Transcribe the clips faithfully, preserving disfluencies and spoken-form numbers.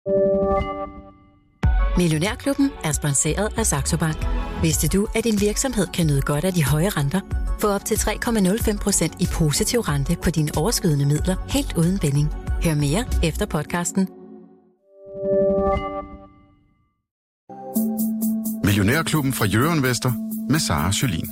Millionærklubben er sponsoreret af Saxo Bank. Vidste du, at din virksomhed kan nyde godt af de høje renter? Få op til tre komma nul fem procent i positiv rente på dine overskydende midler helt uden binding. Hør mere efter podcasten. Millionærklubben fra Jørgen Vester med Sara Jolin.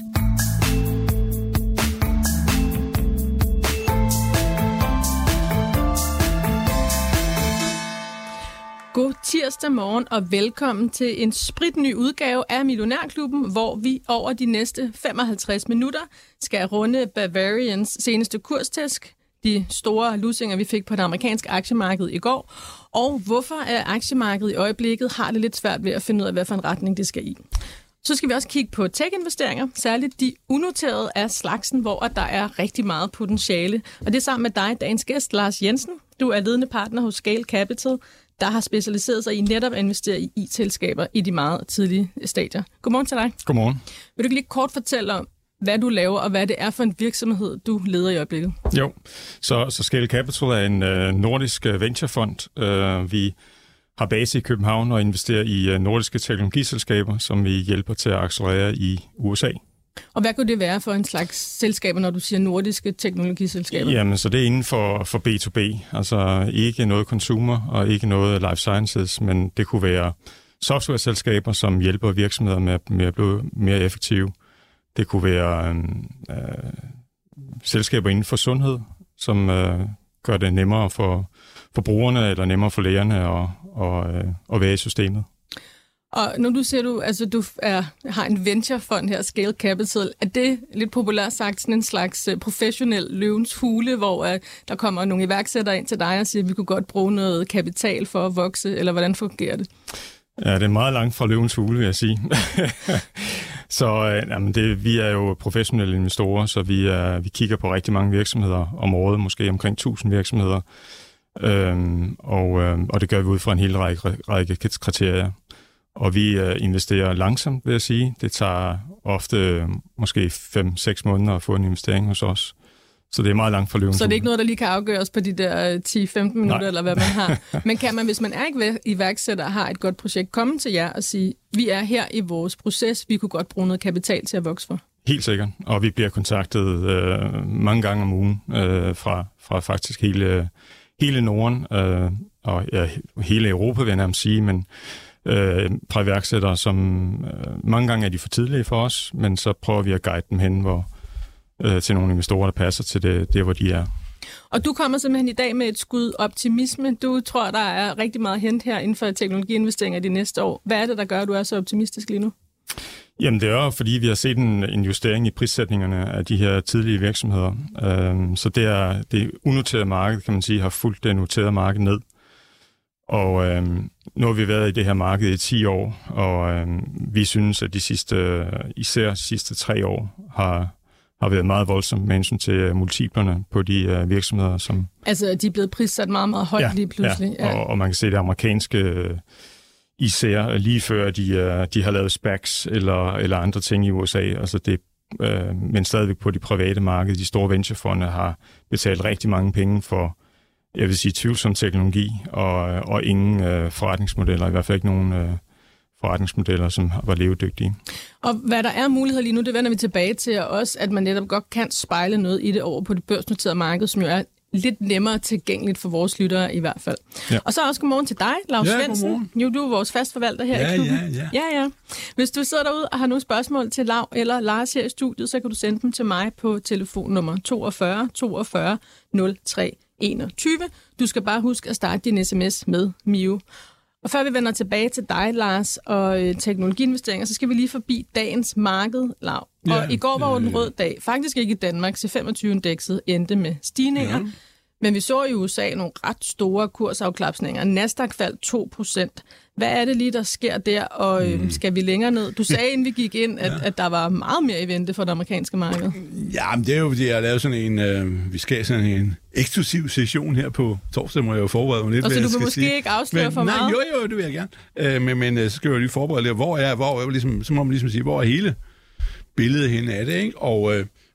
God tirsdag morgen og velkommen til en spritny udgave af Millionærklubben, hvor vi over de næste femoghalvtreds minutter skal runde Bavarians seneste kurstæsk, de store lussinger, vi fik på det amerikanske aktiemarked i går, og hvorfor er aktiemarkedet i øjeblikket har det lidt svært ved at finde ud af, hvad for en retning det skal i. Så skal vi også kigge på tech-investeringer, særligt de unoterede af slagsen, hvor der er rigtig meget potentiale. Og det er sammen med dig, dagens gæst, Lars Jensen. Du er ledende partner hos Scale Capital, der har specialiseret sig i netop at investere i I T-selskaber i de meget tidlige stadier. Godmorgen til dig. Godmorgen. Vil du lige kort fortælle om, hvad du laver, og hvad det er for en virksomhed, du leder i øjeblikket? Jo, så, så Scale Capital er en øh, nordisk venturefond. Øh, vi har base i København og investerer i øh, nordiske teknologiselskaber, som vi hjælper til at accelerere i U S A. Og hvad kunne det være for en slags selskaber, når du siger nordiske teknologiselskaber? Jamen, så det er inden for, for B to B. Altså ikke noget consumer og ikke noget life sciences, men det kunne være software-selskaber, som hjælper virksomheder med, med at blive mere effektive. Det kunne være øh, selskaber inden for sundhed, som øh, gør det nemmere for, for brugerne eller nemmere for lægerne at, og, øh, at være i systemet. Og når du siger, du, altså, du er, har en venturefond her, Scale Capital, er det lidt populært sagt sådan en slags professionel løvens hule, hvor uh, der kommer nogle iværksættere ind til dig og siger, at vi kunne godt bruge noget kapital for at vokse, eller hvordan fungerer det? Ja, det er meget langt fra løvens hule, vil jeg sige. så øh, jamen det, vi er jo professionelle investorer, så vi, er, vi kigger på rigtig mange virksomheder om året, måske omkring tusind virksomheder, øhm, og, øh, og det gør vi ud fra en hel række, række kriterier. Og vi øh, investerer langsomt, vil jeg sige. Det tager ofte øh, måske fem seks måneder at få en investering hos os. Så det er meget langt fra løven. Så det er ikke noget, der lige kan afgøres på de der ti til femten minutter, Nej. Eller hvad man har. Men kan man, hvis man er ikke iværksætter og har et godt projekt, komme til jer og sige, vi er her i vores proces, vi kunne godt bruge noget kapital til at vokse for? Helt sikkert. Og vi bliver kontaktet øh, mange gange om ugen øh, fra, fra faktisk hele, hele Norden øh, og ja, hele Europa, vil jeg nærmest sige, men Øh, fra iværksættere, som øh, mange gange er de for tidlige for os, men så prøver vi at guide dem hen hvor, øh, til nogle investorer, der passer til det, det, hvor de er. Og du kommer simpelthen i dag med et skud optimisme. Du tror, der er rigtig meget hent her inden for teknologiinvesteringer de næste år. Hvad er det, der gør, at du er så optimistisk lige nu? Jamen det er jo, fordi vi har set en, en justering i prissætningerne af de her tidlige virksomheder. Øh, så det er det unoterede marked, kan man sige, har fulgt det noterede marked ned. Og øh, nu har vi været i det her marked i ti år, og øh, vi synes, at de sidste, især de sidste tre år har, har været meget voldsomt med hensyn til multiplerne på de øh, virksomheder, som... Altså, de er blevet prissat meget, meget højt ja, lige pludselig. Ja, ja. Og, og man kan se det amerikanske, især lige før de, de har lavet SPACs eller, eller andre ting i U S A, altså det, øh, men stadigvæk på de private marked, de store venturefonde har betalt rigtig mange penge for, jeg vil sige, tvivlsom teknologi og, og ingen øh, forretningsmodeller, i hvert fald ikke nogen øh, forretningsmodeller, som var levedygtige. Og hvad der er muligheder lige nu, det vender vi tilbage til, og også, at man netop godt kan spejle noget i det over på det børsnoterede marked, som jo er lidt nemmere tilgængeligt for vores lyttere i hvert fald. Ja. Og så også godmorgen til dig, Lars ja, Svendsen. Jo, du er vores fastforvalter her ja, i klubben. Ja, ja. ja, ja. Hvis du sidder derude og har nogle spørgsmål til Lav eller Lars her i studiet, så kan du sende dem til mig på telefonnummer toogfyrre toogfyrre nul tre enogtyve. Du skal bare huske at starte din sms med M I U. Og før vi vender tilbage til dig, Lars, og øh, teknologiinvesteringer, så skal vi lige forbi dagens marked, Lav. Og ja, i går var jo en rød dag. Faktisk ikke i Danmark, C femogtyve-indekset endte med stigninger. Ja. Men vi så i U S A nogle ret store kursafklapsninger. Nasdaq faldt to procent. Hvad er det lige, der sker der, og øh, skal vi længere ned? Du sagde, inden vi gik ind, at, ja. at der var meget mere i vente for det amerikanske marked. Ja, men det er jo, fordi jeg har lavet sådan en, øh, vi skal sådan en eksklusiv session her på torsdag, må jeg jo forberede mig lidt. Og så hvad du jeg vil måske sige. ikke afsløre men, for nej, meget? Jo, jo, det vil jeg gerne. Øh, men, men så skal jeg jo lige forberede lidt, hvor er, hvor er ligesom, så må man ligesom sige, hvor er hele billedet hen af det, ikke? Og, øh,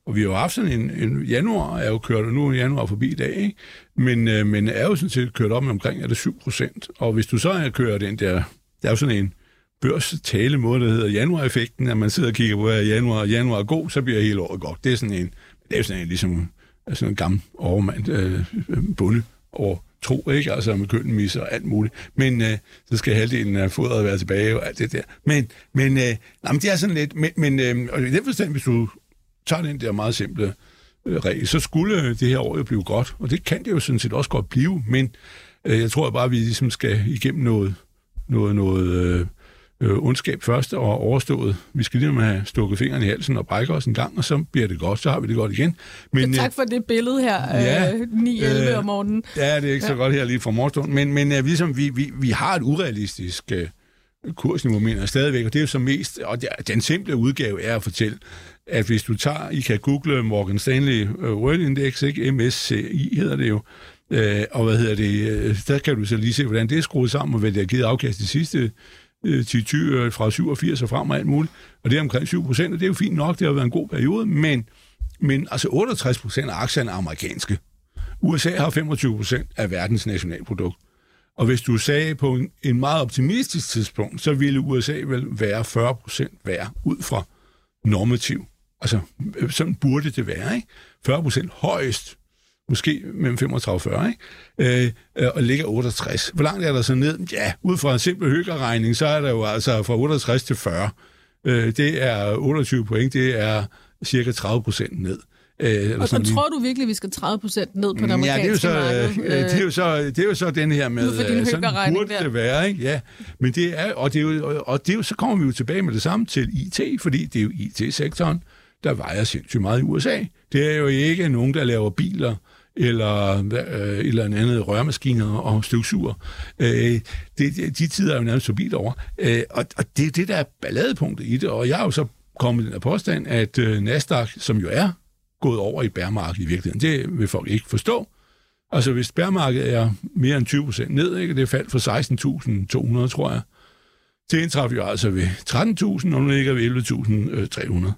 Og vi har jo haft sådan en, en januar, er jo kørt, og nu er januar forbi i dag, ikke? Men, øh, men er jo sådan set kørt op med omkring, er det syv procent. Og hvis du så er kørt den der, der er jo sådan en børstalemåde, der hedder januar-effekten, at man sidder og kigger på, at januar, januar er god, så bliver hele året godt. Det er sådan en, det er sådan en, ligesom sådan en gammel overmand, øh, bunde over tro, ikke? Altså med kønmisser og alt muligt. Men øh, så skal halvdelen af fodret være tilbage og alt det der. Men, men, øh, nej, men det er sådan lidt, men, men øh, og i den forstand, hvis du tager den der meget simple øh, regel, så skulle det her år jo blive godt, og det kan det jo sådan set også godt blive, men øh, jeg tror bare, at vi ligesom skal igennem noget, noget, noget øh, øh, ondskab først og overstået. Vi skal lige have stukket fingeren i halsen og brække os en gang, og så bliver det godt, så har vi det godt igen. Men, ja, tak for det billede her, ja, øh, ni elleve øh, om morgenen. Ja, det er ikke ja. så godt her lige fra morgenstunden, men, men øh, ligesom vi, vi, vi har et urealistisk øh, kursniveau, mener jeg stadigvæk, og det er jo så mest, og den simple udgave er at fortælle, at hvis du tager, I kan google Morgan Stanley World Index, ikke? M S C I hedder det jo, øh, og hvad hedder det, der kan du så lige se, hvordan det er skruet sammen, og hvad det har givet afkast de sidste øh, ti tyve fra syvogfirs og frem og alt muligt, og det er omkring syv procent, og det er jo fint nok, det har været en god periode, men, men altså otteogtres procent af aktierne er amerikanske. U S A har femogtyve procent af verdens nationalprodukt. Og hvis du sagde på en, en meget optimistisk tidspunkt, så ville U S A vel være fyrre procent værd ud fra normativ. Altså, sådan burde det være, ikke? fyrre procent højst, måske mellem femogtredive og fyrre, ikke? Øh, og ligger otteogtres. Hvor langt er der så ned? Ja, ud fra en simpel høgerregning, så er der jo altså fra otteogtres til fyrre. Øh, det er otteogtyve point, det er cirka tredive procent ned. Øh, og så tror du virkelig, vi skal tredive procent ned på det amerikanske ja, det er jo så, marked? Øh, det, er jo så, det er jo så den her med, sådan burde der. det være, ikke? Ja, men det er, og, det er jo, og det er jo, så kommer vi jo tilbage med det samme til I T, fordi det er jo I T-sektoren, der vejer sindssygt meget i U S A. Det er jo ikke nogen, der laver biler, eller øh, eller en andet rørmaskiner og støvsuger. Øh, det, de tider er jo nærmest forbi derovre. Øh, og, og det er det, der er balladepunktet i det, og jeg har jo så kommet den her påstand, at øh, Nasdaq, som jo er gået over i bærmarkedet i virkeligheden. Det vil folk ikke forstå. Altså, hvis bærmarkedet er mere end tyve procent ned, ikke? Det er faldt fra seksten tusind to hundrede, tror jeg. Det indtræffer jo altså ved tretten tusind, og nu ligger vi elleve tusind tre hundrede.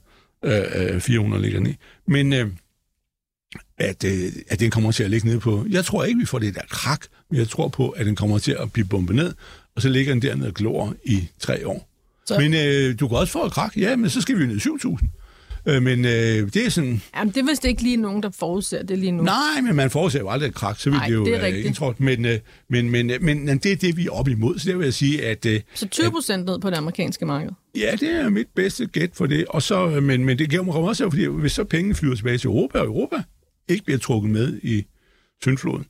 Øh, fire hundrede ligger ned. Men øh, at, øh, at den kommer til at ligge ned på... Jeg tror ikke, vi får det der krak, men jeg tror på, at den kommer til at blive bombet ned, og så ligger den dernede og glor i tre år. Så. Men øh, du kan også få et krak, ja, men så skal vi ned syv tusind. Men øh, det er sådan... Jamen, det er vist ikke lige nogen, der forudser det lige nu. Nej, men man forudser jo aldrig et krak, så vil Ej, det jo det være indtrådt. Men, øh, men, men, men, men det er det, vi er oppe imod, så det vil jeg sige, at... Øh, så tyve procent ned på det amerikanske marked? Ja, det er mit bedste gæt for det. Og så, men, men det giver mig også, fordi hvis så pengene flyver tilbage til Europa, og Europa ikke bliver trukket med i syndfloden,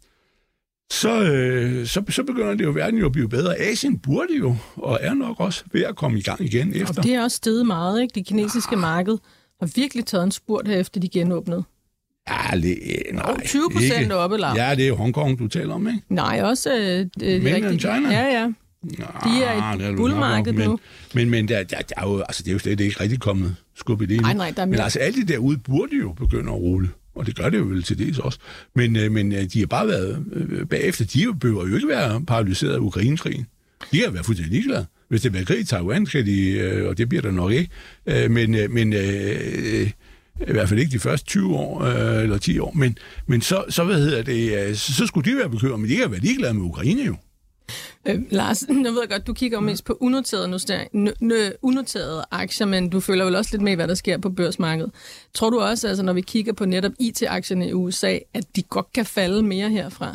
så, øh, så, så begynder det jo verden jo at blive bedre. Asien burde jo, og er nok også ved at komme i gang igen efter. Og det er også steget meget, ikke? Det kinesiske ah. marked har virkelig taget en spurt her, efter de genåbnede. Ja, det, nej. Og tyve procent oppe, Lars. Ja, det er jo Hongkong, du taler om, ikke? Nej, også... Øh, det Men rigtigt. China? Ja, ja. De er et bullmarked nu. Men, men der, der, der er jo, altså, det er jo slet ikke rigtig kommet skub i det. Nej, nej, der er men altså, alle de derude burde jo begynde at rulle. Og det gør det jo vel til dels også. Men, men de har bare været øh, bagefter. De behøver jo ikke være paralyseret af Ukrainekrigen. De kan være fuldstændig ligeglade. Hvis det bliver krig i Taiwan, skal de, øh, og det bliver der nok ikke. Øh, men øh, men øh, i hvert fald ikke de første tyve år, øh, eller ti år. Men, men så, så, hvad hedder det, øh, så, så skulle de være bekymret, men de kan være ligeglade med Ukraine jo. Øh, Lars, jeg ved godt, du kigger mest på unoterede, n- n- unoterede aktier, men du følger vel også lidt med, hvad der sker på børsmarkedet. Tror du også, altså, når vi kigger på netop I T-aktierne i U S A, at de godt kan falde mere herfra?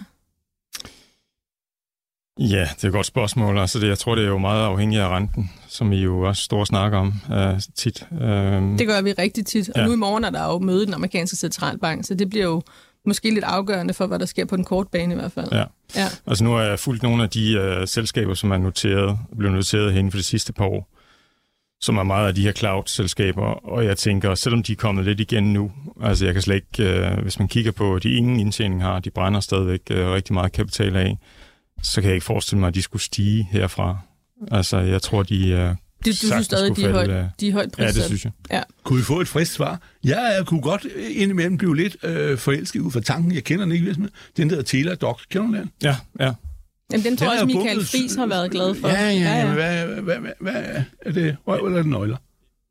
Ja, det er et godt spørgsmål. Altså det, jeg tror, det er jo meget afhængigt af renten, som I jo også står og snakker om uh, tit. Uh, det gør vi rigtig tit. Og ja. Nu i morgen er der jo møde i den amerikanske centralbank, så det bliver jo måske lidt afgørende for, hvad der sker på den korte bane i hvert fald. Ja. Ja. Altså nu har jeg fulgt nogle af de uh, selskaber, som er noteret, blevet noteret herinde for de sidste par år, som er meget af de her cloud-selskaber, og jeg tænker, selvom de er kommet lidt igen nu, altså jeg kan slet ikke, uh, hvis man kigger på, de ingen indtjening har, de brænder stadigvæk uh, rigtig meget kapital af, så kan jeg ikke forestille mig, at de skulle stige herfra. Altså, jeg tror, de er... Uh, du, du synes stadig, de er højt, de er højt prissat? Ja, det synes jeg. Ja. Kunne vi få et frisk svar? Jeg kunne godt indimellem blive lidt øh, forelsket ud fra tanken. Jeg kender den ikke, hvis den der Teladoc. Kender du den? Ja, ja. Jamen, den tror jeg også, Michael Friis har været glad for. Ja, ja, ja. Hvad, hvad, hvad, hvad er det? Røv eller er det nøgler?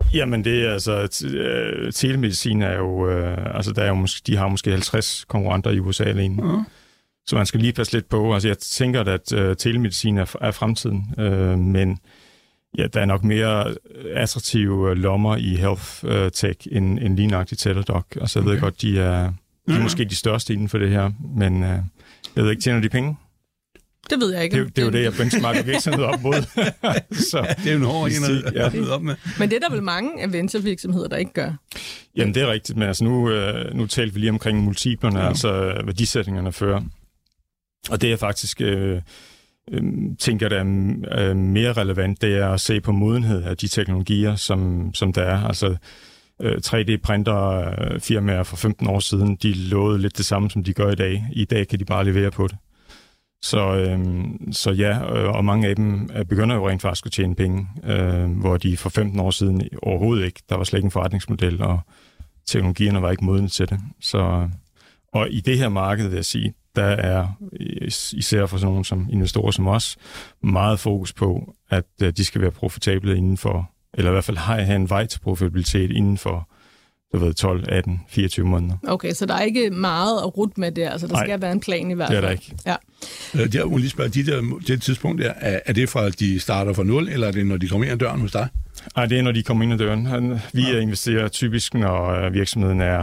Jamen det er altså, t- telemedicin er jo, øh, altså der er jo måske, de har måske halvtreds konkurrenter i U S A alene. Uh-huh. Så man skal lige passe lidt på. Altså jeg tænker, at øh, telemedicin er, er fremtiden, øh, men ja, der er nok mere attraktive lommer i health uh, tech end, end lignagtigt Teladoc. Altså jeg okay. ved godt, de er, de er ja. måske de største inden for det her, men uh, jeg ved ikke, tjener de penge? Det ved jeg ikke. Det, det er jo det, jeg benchmarker virksomheder op mod. Så, ja, det er jo en hård en at ja. op med. Men det er der vel mange af venturevirksomheder, der ikke gør? Jamen det er rigtigt, men altså nu, uh, nu talte vi lige omkring multiplerne, ja. altså værdisætningerne før. Og det er faktisk... Uh, tænker, der er mere relevant, det er at se på modenhed af de teknologier, som, som der er. Altså tre D-printer-firmaer for femten år siden, de lovede lidt det samme, som de gør i dag. I dag kan de bare levere på det. Så, øhm, så ja, og mange af dem begynder jo rent faktisk at tjene penge, øh, hvor de for femten år siden overhovedet ikke, der var slet ikke en forretningsmodel, og teknologierne var ikke modne til det. Så, og i det her marked, vil jeg sige, der er især for sådan nogle som investorer som os, meget fokus på, at de skal være profitable inden for, eller i hvert fald have en vej til profitabilitet inden for, du ved, tolv, atten, fireogtyve måneder. Okay, så der er ikke meget at rute med der, altså der Nej, skal være en plan i hvert fald. det er der ikke. Ja. Øh, jeg må lige spørge, de der, det tidspunkt der, er, er det fra, at de starter fra nul, eller er det, når de kommer ind ad døren hos dig? Nej, det er, når de kommer ind ad døren. Vi ja. investerer typisk, når virksomheden er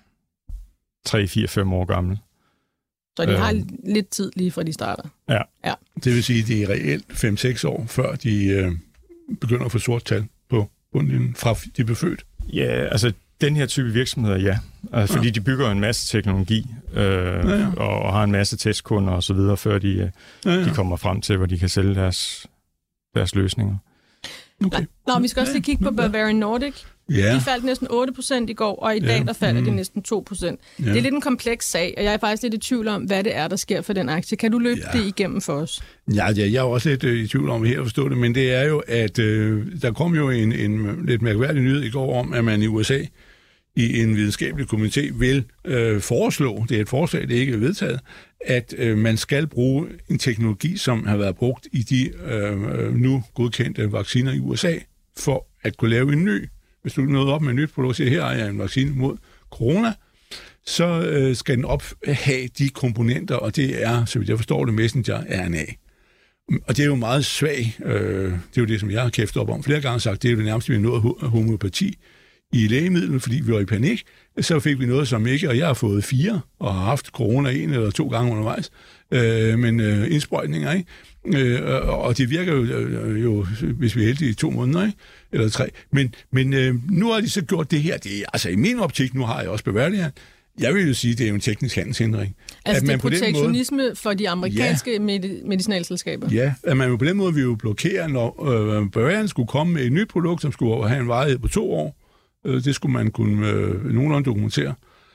tre, fire, fem år gammel. Så de har øh, lidt tid lige fra de starter. Ja. ja. Det vil sige, at det er reelt fem seks år, før de øh, begynder at få sort tal på bundlinjen, fra de blev født. Ja, altså den her type virksomheder, ja. Altså, fordi ja. de bygger en masse teknologi øh, ja, ja. Og, og har en masse testkunder og så videre, før de, ja, ja. de kommer frem til, hvor de kan sælge deres, deres løsninger. Okay. Nå, vi skal også lige kigge på Bavarian Nordic. Ja. De faldt næsten otte procent i går, og i dag ja. der falder mm. de næsten to procent. Ja. Det er lidt en kompleks sag, og jeg er faktisk lidt i tvivl om, hvad det er, der sker for den aktie. Kan du løbe ja. det igennem for os? Ja, ja, jeg er også lidt øh, i tvivl om her at forstå det, men det er jo, at øh, der kom jo en, en lidt mærkværdig nyhed i går om, at man i U S A i en videnskabelig komité vil øh, foreslå, det er et forslag, det ikke er vedtaget, at øh, man skal bruge en teknologi, som har været brugt i de øh, nu godkendte vacciner i U S A, for at kunne lave en ny. Hvis du nåede op med et nyt produkt, siger, her er jeg en vaccine mod corona, så øh, skal den op have de komponenter, og det er, så vidt jeg forstår det, messenger-R N A. Og det er jo meget svag, øh, det er jo det, som jeg har kæftet op om flere gange sagt, det er jo det nærmeste, vi har nået homøopati i lægemidlet, fordi vi var i panik. Så fik vi noget, som ikke, og jeg har fået fire, og har haft corona en eller to gange undervejs, øh, men øh, indsprøjtninger, ikke? Øh, og det virker jo, øh, jo, hvis vi er heldige, i to måneder, ikke? Eller tre. Men, men øh, nu har de så gjort det her. Det er, altså i min optik, nu har jeg også Bavarian. Jeg vil jo sige, det er jo en teknisk handelshindring. Altså det er protektionisme måde, for de amerikanske ja, med, medicinalselskaber? Ja, at man jo på den måde vil jo blokere, når øh, Bavarian skulle komme med et nyt produkt, som skulle have en varighed på to år. Øh, det skulle man kunne øh, nogenlunde dokumentere.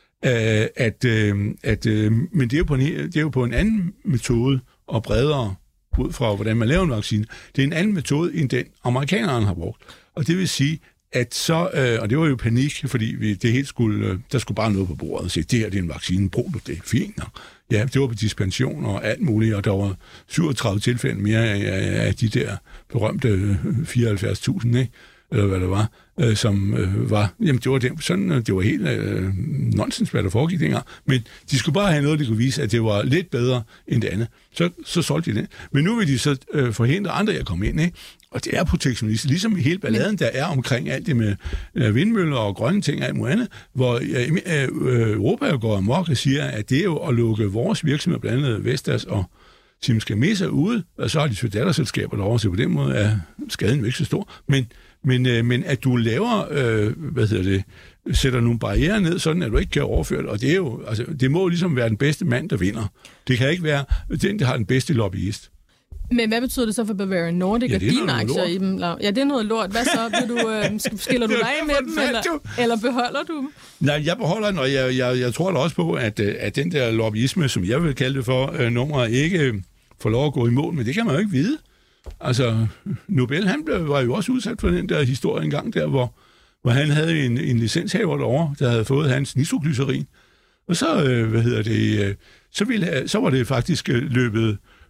Øh, at, øh, at, øh, men det er, jo på en, det er jo på en anden metode og bredere ud fra, hvordan man laver en vaccine. Det er en anden metode, end den amerikanerne har brugt. Og det vil sige, at så, øh, og det var jo panik, fordi vi, det helt skulle, øh, der skulle bare noget på bordet og sige, det her det er en vaccine, brug du det, fint. Ja, det var på dispension og alt muligt, og der var syvogtredive tilfælde mere af, af de der berømte fireoghalvfjerds tusind, ikke? Eller hvad det var, øh, som øh, var, jamen det var, det, sådan, det var helt øh, nonsens, hvad der foregik dengang, men de skulle bare have noget, der kunne vise, at det var lidt bedre end det andet. Så, så solgte de det. Men nu vil de så øh, forhindre andre at komme ind, ikke? Og det er protektionist, ligesom hele balladen, der er omkring alt det med øh, vindmøller og grønne ting og alt muligt andet, hvor øh, øh, Europa går amok og siger, at det er jo at lukke vores virksomheder, blandt andet Vestas og Siemens Gamesa ude, og så har de så datterselskaber derovre, så på den måde er skaden ikke så stor, men Men, øh, men at du laver, øh, hvad hedder det, sætter nogle barrierer ned, sådan at du ikke kan overføre det, og det er jo, altså, det må ligesom være den bedste mand, der vinder. Det kan ikke være den, der har den bedste lobbyist. Men hvad betyder det så for Bavarian Nordic og dine aktier i dem? Ja, det er noget lort. Hvad så? Vil du, øh, skiller du dig med dem, eller, eller beholder du dem? Nej, jeg beholder den, og jeg, jeg, jeg tror da også på, at, at den der lobbyisme, som jeg vil kalde det for, øh, nummer ikke øh, får lov at gå i mål, men det kan man jo ikke vide. Altså, Nobel, han blev, var jo også udsat for den der historie engang der, hvor, hvor han havde en, en licenshaver derovre, der havde fået hans nitroglycerin. Og så, øh, hvad hedder det, øh, så, ville, så var det faktisk løbet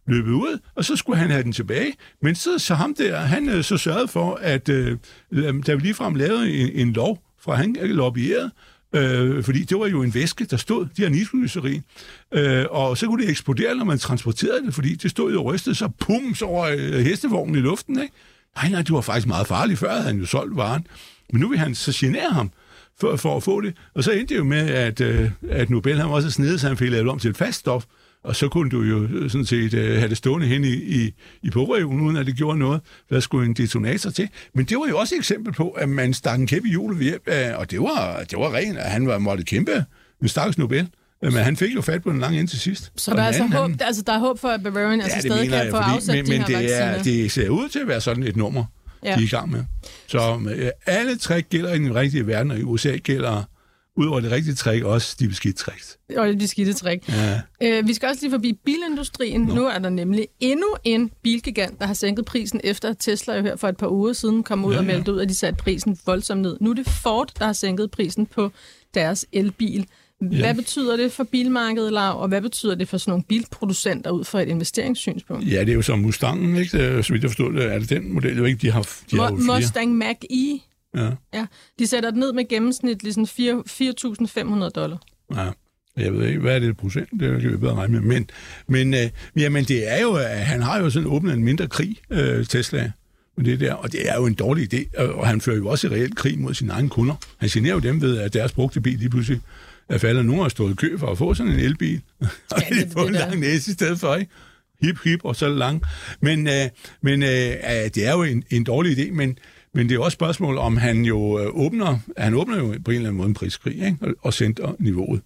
løbet ud, og så skulle han have den tilbage. Men så, så ham der, han øh, så sørgede for, at øh, da vi ligefrem lavede en, en lov, fra han lobbyerede, øh, fordi det var jo en væske, der stod, de her nitroglycerin, øh, og så kunne det eksplodere, når man transporterede det, fordi det stod jo rystet, så pums over øh, hestevognen i luften, ikke? Nej, nej, det var faktisk meget farligt, før havde han jo solgt varen. Men nu vil han så genere ham for, for at få det. Og så endte det jo med, at, øh, at Nobel han var så snedet, så han fik lavet om til et fast stof. Og så kunne du jo sådan set uh, have det stående hen i, i, i pårøven, uden at det gjorde noget. Hvad skulle en detonator til? Men det var jo også et eksempel på, at man stak en kæp i hjulet ved hjælp af, og det var, det var rent, at han var, måtte kæmpe med stakkels Nobel. Men han fik jo fat på den lange ind til sidst. Så der er, altså håb, han, altså der er håb for, at Bavarian ja, altså stadig kan jeg, få afsat men, de men her det vacciner. Men det ser ud til at være sådan et nummer, ja. de er i gang med. Så øh, alle trick gælder i den rigtige verden, og i U S A gælder udover det rigtige trick også de beskidte tricks. Og de beskidte trick. Ja. Øh, vi skal også lige forbi bilindustrien. Nå. Nu er der nemlig endnu en bilgigant, der har sænket prisen efter Tesla jo her for et par uger siden kom ud ja, og meldte ud, at de satte prisen voldsomt ned. Nu er det Ford, der har sænket prisen på deres elbil. Hvad ja. betyder det for bilmarkedet, Lav, og hvad betyder det for sådan nogle bilproducenter ud fra et investeringssynspunkt? Ja, det er jo som Mustangen, ikke? Så vidt jeg forstår det, er det den model, jeg ikke, de har, de har Mo- Mustang Mach-E. Ja. ja. De sætter det ned med gennemsnitligt sådan fire tusind fem hundrede dollar. Ja, jeg ved ikke, hvad er det procent? Det kan vi bedre regne med. Men, men, øh, jamen, det er jo, at han har jo sådan åbnet en mindre krig, øh, Tesla, med det der, og det er jo en dårlig idé, og han fører jo også i reelt krig mod sine egne kunder. Han generer jo dem ved, at deres brugte bil lige pludselig er faldet. Nogen har stået i kø for at få sådan en elbil, og ja, det, de får en lang næse i stedet for, ikke? Hip, hip, og så lang. Men, øh, men øh, det er jo en, en dårlig idé, men Men det er også et spørgsmål, om han jo åbner, han åbner jo på en eller anden måde en priskrig, ikke? Og, og sender niveauet.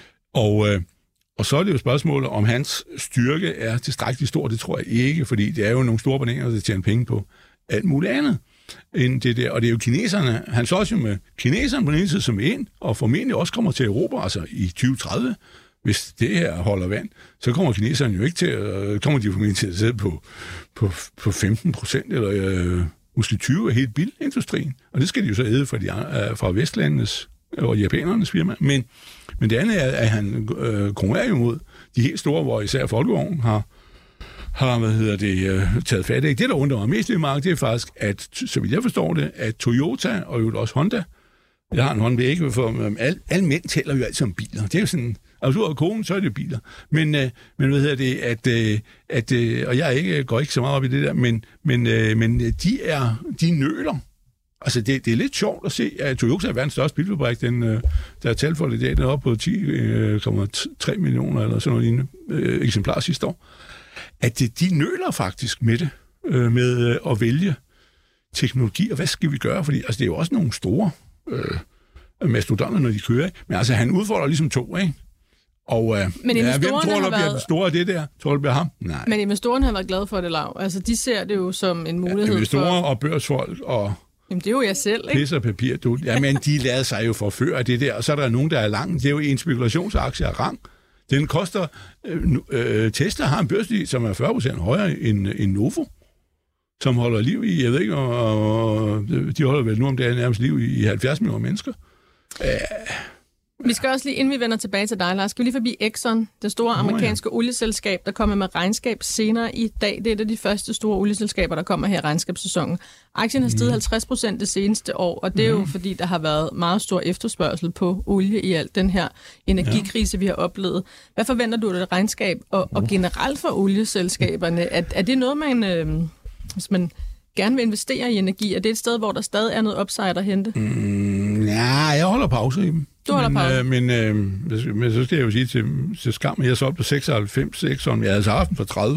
Og, øh, og så er det jo et spørgsmål, om hans styrke er tilstrækkeligt stor. Det tror jeg ikke, fordi det er jo nogle store baner, der tjener penge på alt muligt andet end det der. Og det er jo kineserne. Han så også jo med kineserne på den ene side som en, og formentlig også kommer til Europa, altså i tyve tredive. Hvis det her holder vand, så kommer kineserne jo ikke til at, kommer de formentlig til at sidde på, på, på femten procent eller øh, måske tyve af hele bilindustrien. Og det skal de jo så æde fra, de, fra Vestlandenes og japanernes firma. Men, men det andet er, at han øh, konkurrerer jo mod de helt store, hvor især Folkevogn har, har hvad hedder det, øh, taget fat af. Det, der undrer mig mest i markedet, det er faktisk, at, så vidt jeg forstår det, at Toyota og jo også Honda, jeg har en Honda, ikke for alle, alle mænd tæller jo altid om biler. Det er jo sådan, altså ud af konen, så er det biler. Men, øh, men hvad hedder det, at, øh, at øh, og jeg ikke, går ikke så meget op i det der, men, men, øh, men de er, de nøler. Altså, det, det er lidt sjovt at se, at Toyota er verdens største bilfabrik. Den, øh, der er talt for det i dag, den er oppe på ti komma tre millioner eller sådan noget lignende øh, eksemplarer sidste år. At de, de nøler faktisk med det, øh, med øh, at vælge teknologi, og hvad skal vi gøre? Fordi altså, det er jo også nogle store øh, mastodonter, når de kører. Men altså, han udfordrer ligesom to, ikke? Og øh, men ja, hvem tror, der bliver været... den store af det der? Tror du, det bliver ham? Nej. Men investorerne har været glade for det, Lav. Altså, de ser det jo som en mulighed ja, investorer for... og børsfolk og... Jamen, det er jo jeg selv, ikke? Pisse og papir, du. Jamen, de lavede sig jo for før af det der, og så er der nogen, der er lang. Det er jo en spekulationsaktie af rang. Den koster... Øh, øh, Tesla har en børsværdi, som er fyrre procent højere end, end Novo, som holder liv i, jeg ved ikke, og de holder vel nu om dagen nærmest liv i halvfjerds millioner mennesker. Æh... Vi skal også lige, inden vi vender tilbage til dig, Lars, skal vi lige forbi Exxon, det store amerikanske oh, ja. olieselskab, der kommer med regnskab senere i dag. Det er et af de første store olieselskaber, der kommer her i regnskabssæsonen. Aktien har steget mm. halvtreds procent det seneste år, og det er jo mm. fordi, der har været meget stor efterspørgsel på olie i alt den her energikrise, ja. vi har oplevet. Hvad forventer du af det regnskab, og, og generelt for olieselskaberne? Er, er det noget, man, øh, hvis man gerne vil investere i energi? Er det et sted, hvor der stadig er noget upside at hente? Mm, ja, jeg holder pause i dem. Du holder men, pause. Øh, men, øh, men så skal jeg jo sige til, til skam, at jeg så op på seksoghalvfems, seks, jeg havde så haft den for tredive.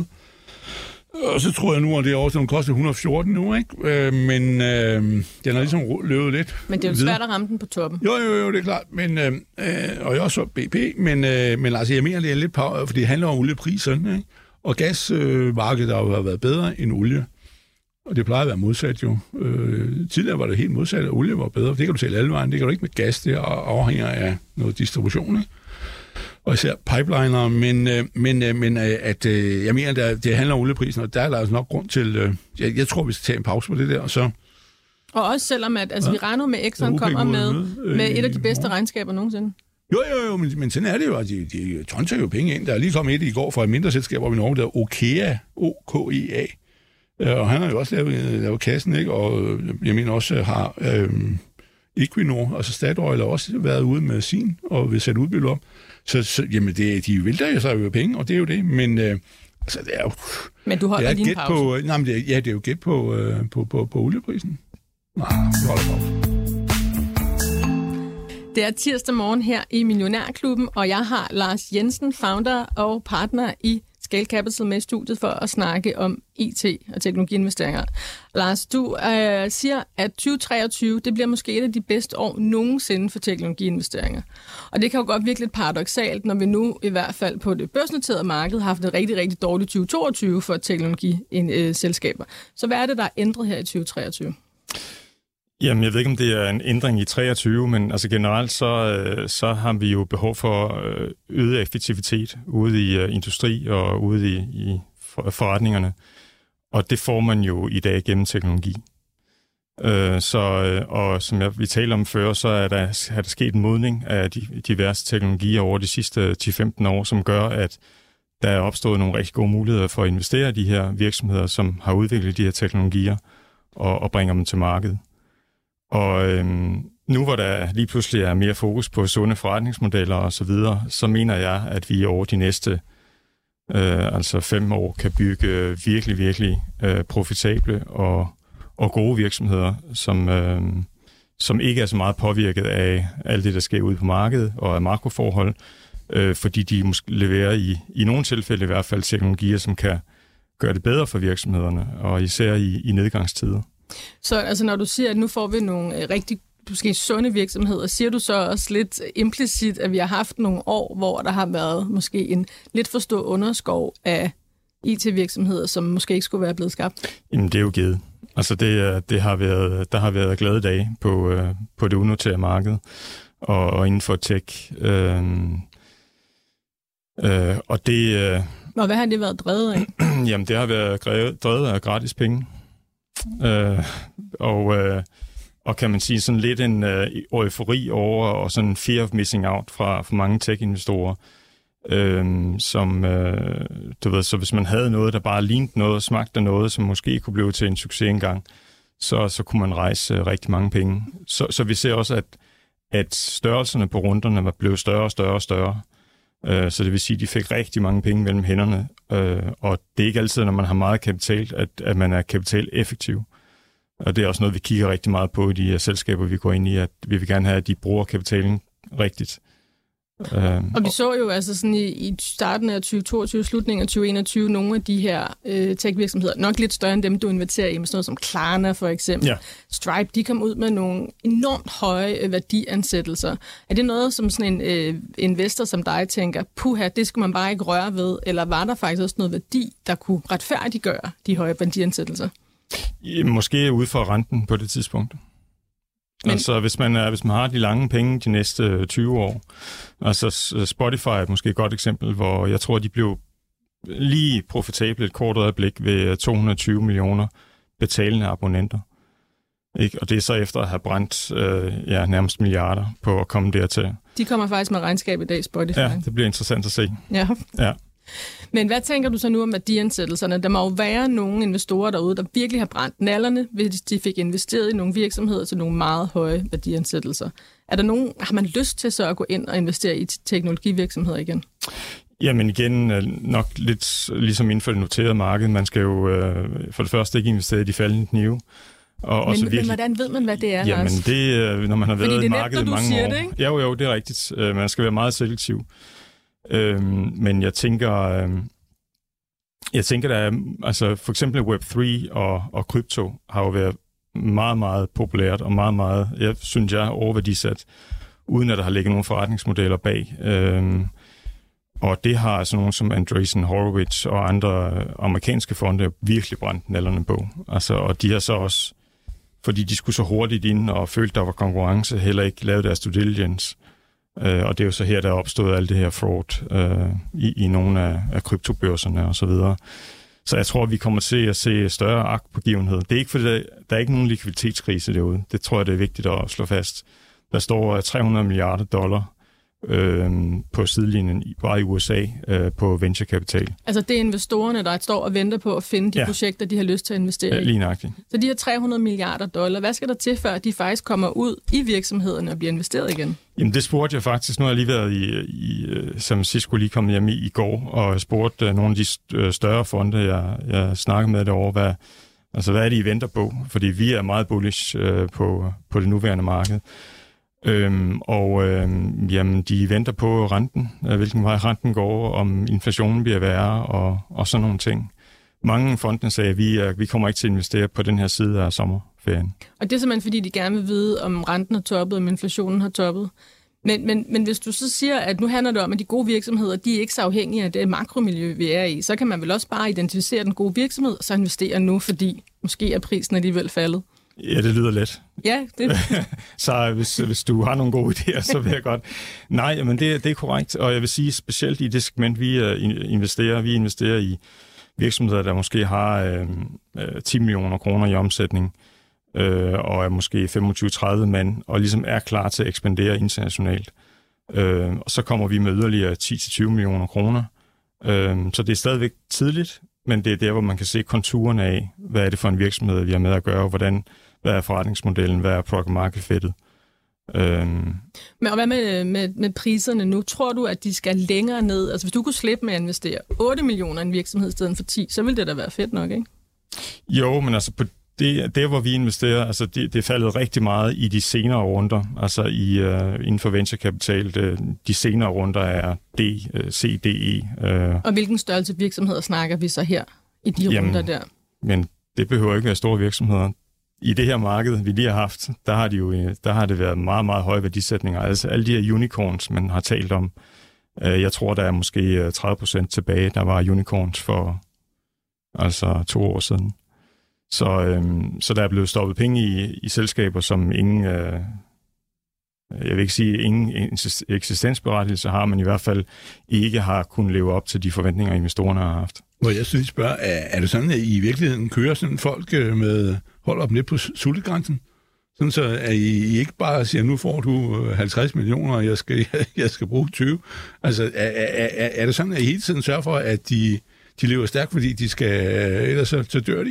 Og så tror jeg nu, at det er også, den koster et hundrede og fjorten nu, ikke? Øh, men øh, den har ligesom løbet lidt. Men det er jo svært at ramme den på toppen. Jo, jo, jo, det er klart. Men, øh, og jeg også så B P, men, øh, men altså, jeg mener, det er lidt power, for det handler om oliepriserne, ikke? Og gasmarkedet øh, har været bedre end olie. Og det plejer at være modsat jo. Øh, tidligere var det helt modsat, at olie var bedre. Det kan du tælle alle vejen. Det kan du ikke med gas. Det afhænger af noget distribution, ikke? Og især pipeliner. Men, øh, men, øh, men øh, at, øh, jeg mener, at det handler om olieprisen, og der er der altså nok grund til... Øh, jeg, jeg tror, vi skal tage en pause på det der, og så... Og også selvom, at altså, ja, vi regner med, at Exxon kommer med, med et af de bedste regnskaber nogensinde. Jo, jo, jo, men, men sådan er det jo. De, de tonser jo penge ind. Der er lige kommet et i går fra et mindre selskab op i Norge, der er Okea, O K E A. Og han har jo også lavet, lavet kassen, ikke? Og jeg mener også har øhm, Equinor, altså Statoil, har også været ude med sin og vil sætte udbytte op. Så, så jamen, det, de vil der jo så jo penge, og det er jo det. Men øh, altså, det er jo... Men du holder din pause? På, nej, men det, ja, det er jo gæt på, øh, på, på, på olieprisen. Nej, vi holder pause. Det er tirsdag morgen her i Millionærklubben, og jeg har Lars Jensen, founder og partner i Scale Capital med i studiet for at snakke om I T og teknologiinvesteringer. Lars, du øh, siger, at tyve treogtyve det bliver måske et af de bedste år nogensinde for teknologiinvesteringer. Og det kan jo godt virke lidt paradoksalt, når vi nu i hvert fald på det børsnoterede marked har haft et rigtig, rigtig dårligt tyve toogtyve for teknologiselskaber. Så hvad er det, der er ændret her i tyve treogtyve? Jamen, jeg ved ikke, om det er en ændring i treogtyve, men altså generelt så, så har vi jo behov for øget effektivitet ude i uh, industri og ude i, i forretningerne. Og det får man jo i dag gennem teknologi. Uh, så, og som jeg, vi talte om før, så er der, har der sket en modning af de diverse teknologier over de sidste ti til femten år, som gør, at der er opstået nogle rigtig gode muligheder for at investere i de her virksomheder, som har udviklet de her teknologier og, og bringer dem til markedet. Og øhm, nu hvor der lige pludselig er mere fokus på sunde forretningsmodeller og så videre, så mener jeg, at vi over de næste øh, altså fem år kan bygge virkelig, virkelig øh, profitable og, og gode virksomheder, som, øh, som ikke er så meget påvirket af alt det, der sker ude på markedet og af makroforhold, øh, fordi de måske leverer i, i nogle tilfælde i hvert fald teknologier, som kan gøre det bedre for virksomhederne, og især i, i nedgangstider. Så altså, når du siger, at nu får vi nogle øh, rigtig måske sunde virksomheder, siger du så også lidt implicit, at vi har haft nogle år, hvor der har været måske en lidt for stor underskov af I T-virksomheder, som måske ikke skulle være blevet skabt? Jamen, det er jo givet. Altså, det, det har været, der har været glade dage på, øh, på det unoterede marked og, og inden for tech. Øh, øh, og det... Øh, og hvad har det været drevet af? Jamen, det har været drevet af gratis penge. Øh, og, øh, og kan man sige sådan lidt en øh, eufori over og sådan en fear of missing out fra, fra mange tech-investorer, øh, som øh, du ved, så hvis man havde noget, der bare lignede noget og smagte noget, som måske kunne blive til en succes engang, så, så kunne man rejse øh, rigtig mange penge. Så, så vi ser også, at, at størrelserne på runderne var blevet større og større og større. Så det vil sige, at de fik rigtig mange penge mellem hænderne, og det er ikke altid, når man har meget kapital, at, at man er kapitaleffektiv. Og det er også noget, vi kigger rigtig meget på i de her selskaber, vi går ind i, at vi vil gerne have, at de bruger kapitalen rigtigt. Og vi så jo altså sådan i, i starten af tyve toogtyve, slutningen af tyve enogtyve, nogle af de her øh, tech-virksomheder, nok lidt større end dem, du investerer i, med sådan noget som Klarna for eksempel. Ja. Stripe, de kom ud med nogle enormt høje øh, værdiansættelser. Er det noget, som sådan en øh, investor som dig tænker, puha, det skal man bare ikke røre ved, eller var der faktisk også noget værdi, der kunne retfærdiggøre de høje værdiansættelser? Måske ud for renten på det tidspunkt. Men... Altså, hvis man, er, hvis man har de lange penge de næste tyve år, altså Spotify er måske et godt eksempel, hvor jeg tror, de blev lige profitable et kort øjeblik ved to hundrede og tyve millioner betalende abonnenter. Ikke? Og det er så efter at have brændt øh, ja, nærmest milliarder på at komme dertil. De kommer faktisk med regnskab i dag, Spotify. Ja, det bliver interessant at se. Ja. Ja. Men hvad tænker du så nu om værdiansættelserne? Der må jo være nogle investorer derude, der virkelig har brændt nallerne, hvis de fik investeret i nogle virksomheder til nogle meget høje værdiansættelser. Er der nogen, har man lyst til så at gå ind og investere i teknologivirksomheder igen? Jamen igen, nok lidt ligesom inden for det noterede marked. Man skal jo øh, for det første ikke investere i de faldende knive. Og men, virkelig... men hvordan ved man, hvad det er, Lars? Jamen det, når man har været i markedet nemt, mange siger år. Det, ikke? Jo, jo, det er rigtigt. Man skal være meget selektiv. Øhm, men jeg tænker, øhm, jeg tænker, der er, altså for eksempel web tre og, og krypto har jo været meget, meget populært og meget, meget, jeg synes jeg, overværdisat, uden at der har ligget nogle forretningsmodeller bag. Øhm, og det har altså nogen som Andreessen Horowitz og andre amerikanske fonde virkelig brændt nallerne på. Altså, og de har så også, fordi de skulle så hurtigt ind og følte, der var konkurrence, heller ikke lavet deres due diligence. Uh, og det er jo så her, der er opstået alt det her fraud uh, i, i nogle af, af kryptobørserne og så videre. Så jeg tror, vi kommer til at se større agtpågivenhed. Det er ikke, fordi der, der er ikke nogen likviditetskrise derude. Det tror jeg, det er vigtigt at slå fast. Der står tre hundrede milliarder dollar øh, på sidelinjen, bare i U S A, øh, på venturekapital. Altså det er investorerne, der står og venter på at finde de ja. projekter, de har lyst til at investere ja, i. Lige nøjagtigt. Så de her tre hundrede milliarder dollar, hvad skal der til, før de faktisk kommer ud i virksomhederne og bliver investeret igen? Jamen det spurgte jeg faktisk. Nu har jeg lige været i, i San Francisco, lige kommet hjem i, i går, og spurgte nogle af de større fonde, jeg, jeg snakkede med derovre, hvad, altså, hvad er det, I venter på? Fordi vi er meget bullish øh, på, på det nuværende marked. Øhm, og øhm, jamen, de venter på renten, øh, hvilken vej renten går, om inflationen bliver værre og, og sådan nogle ting. Mange fondene sagde, at vi, øh, vi kommer ikke til at investere på den her side af sommerferien. Og det er simpelthen, fordi de gerne vil vide, om renten har toppet, om inflationen har toppet. Men, men, men hvis du så siger, at nu handler det om, at de gode virksomheder, de er ikke så afhængige af det makromiljø, vi er i, så kan man vel også bare identificere den gode virksomhed, og så investere nu, fordi måske er prisen alligevel faldet. Ja, det lyder let. Ja, det Så hvis, hvis du har nogle gode idéer, så vil jeg godt. Nej, men det, det er korrekt, og jeg vil sige specielt i det segment, vi investerer, vi investerer i virksomheder, der måske har øh, ti millioner kroner i omsætning, øh, og er måske femogtyve til tredive mand, og ligesom er klar til at ekspandere internationalt. Øh, og så kommer vi med yderligere ti til tyve millioner kroner. Øh, så det er stadigvæk tidligt, men det er der, hvor man kan se konturerne af, hvad er det for en virksomhed, vi har med at gøre, hvordan, hvad er forretningsmodellen, hvad er product market fittet. Øhm. Men og hvad med, med, med priserne nu? Tror du, at de skal længere ned? Altså hvis du kunne slippe med at investere otte millioner i en virksomhed i stedet for ti, så ville det da være fedt nok, ikke? Jo, men altså på det, der, hvor vi investerer, altså det, det er faldet rigtig meget i de senere runder, altså i, uh, inden for venturekapital. De, de senere runder er D, C, D, E. Uh. Og hvilken størrelse virksomheder snakker vi så her i de Jamen, runder der? Men det behøver ikke være store virksomheder. I det her marked, vi lige har haft, der har, de jo, der har det været meget, meget høje værdisætninger. Altså alle de her unicorns, man har talt om. Jeg tror, der er måske tredive procent tilbage, der var unicorns for altså to år siden. Så, øhm, så der er blevet stoppet penge i, i selskaber, som ingen, øh, jeg vil ikke sige, ingen eksistensberettigelse har, men i hvert fald ikke har kunnet leve op til de forventninger, investorerne har haft. Hvor jeg synes spørger, er, er det sådan, at I i virkeligheden kører sådan folk med hold op ned på sultegrænsen? Sådan så, at I, I ikke bare siger, nu får du halvtreds millioner, og jeg skal, jeg skal bruge tyve. Altså, er, er, er, er det sådan, at I hele tiden sørger for, at de, de lever stærkt, fordi de skal, ellers så, så dør de?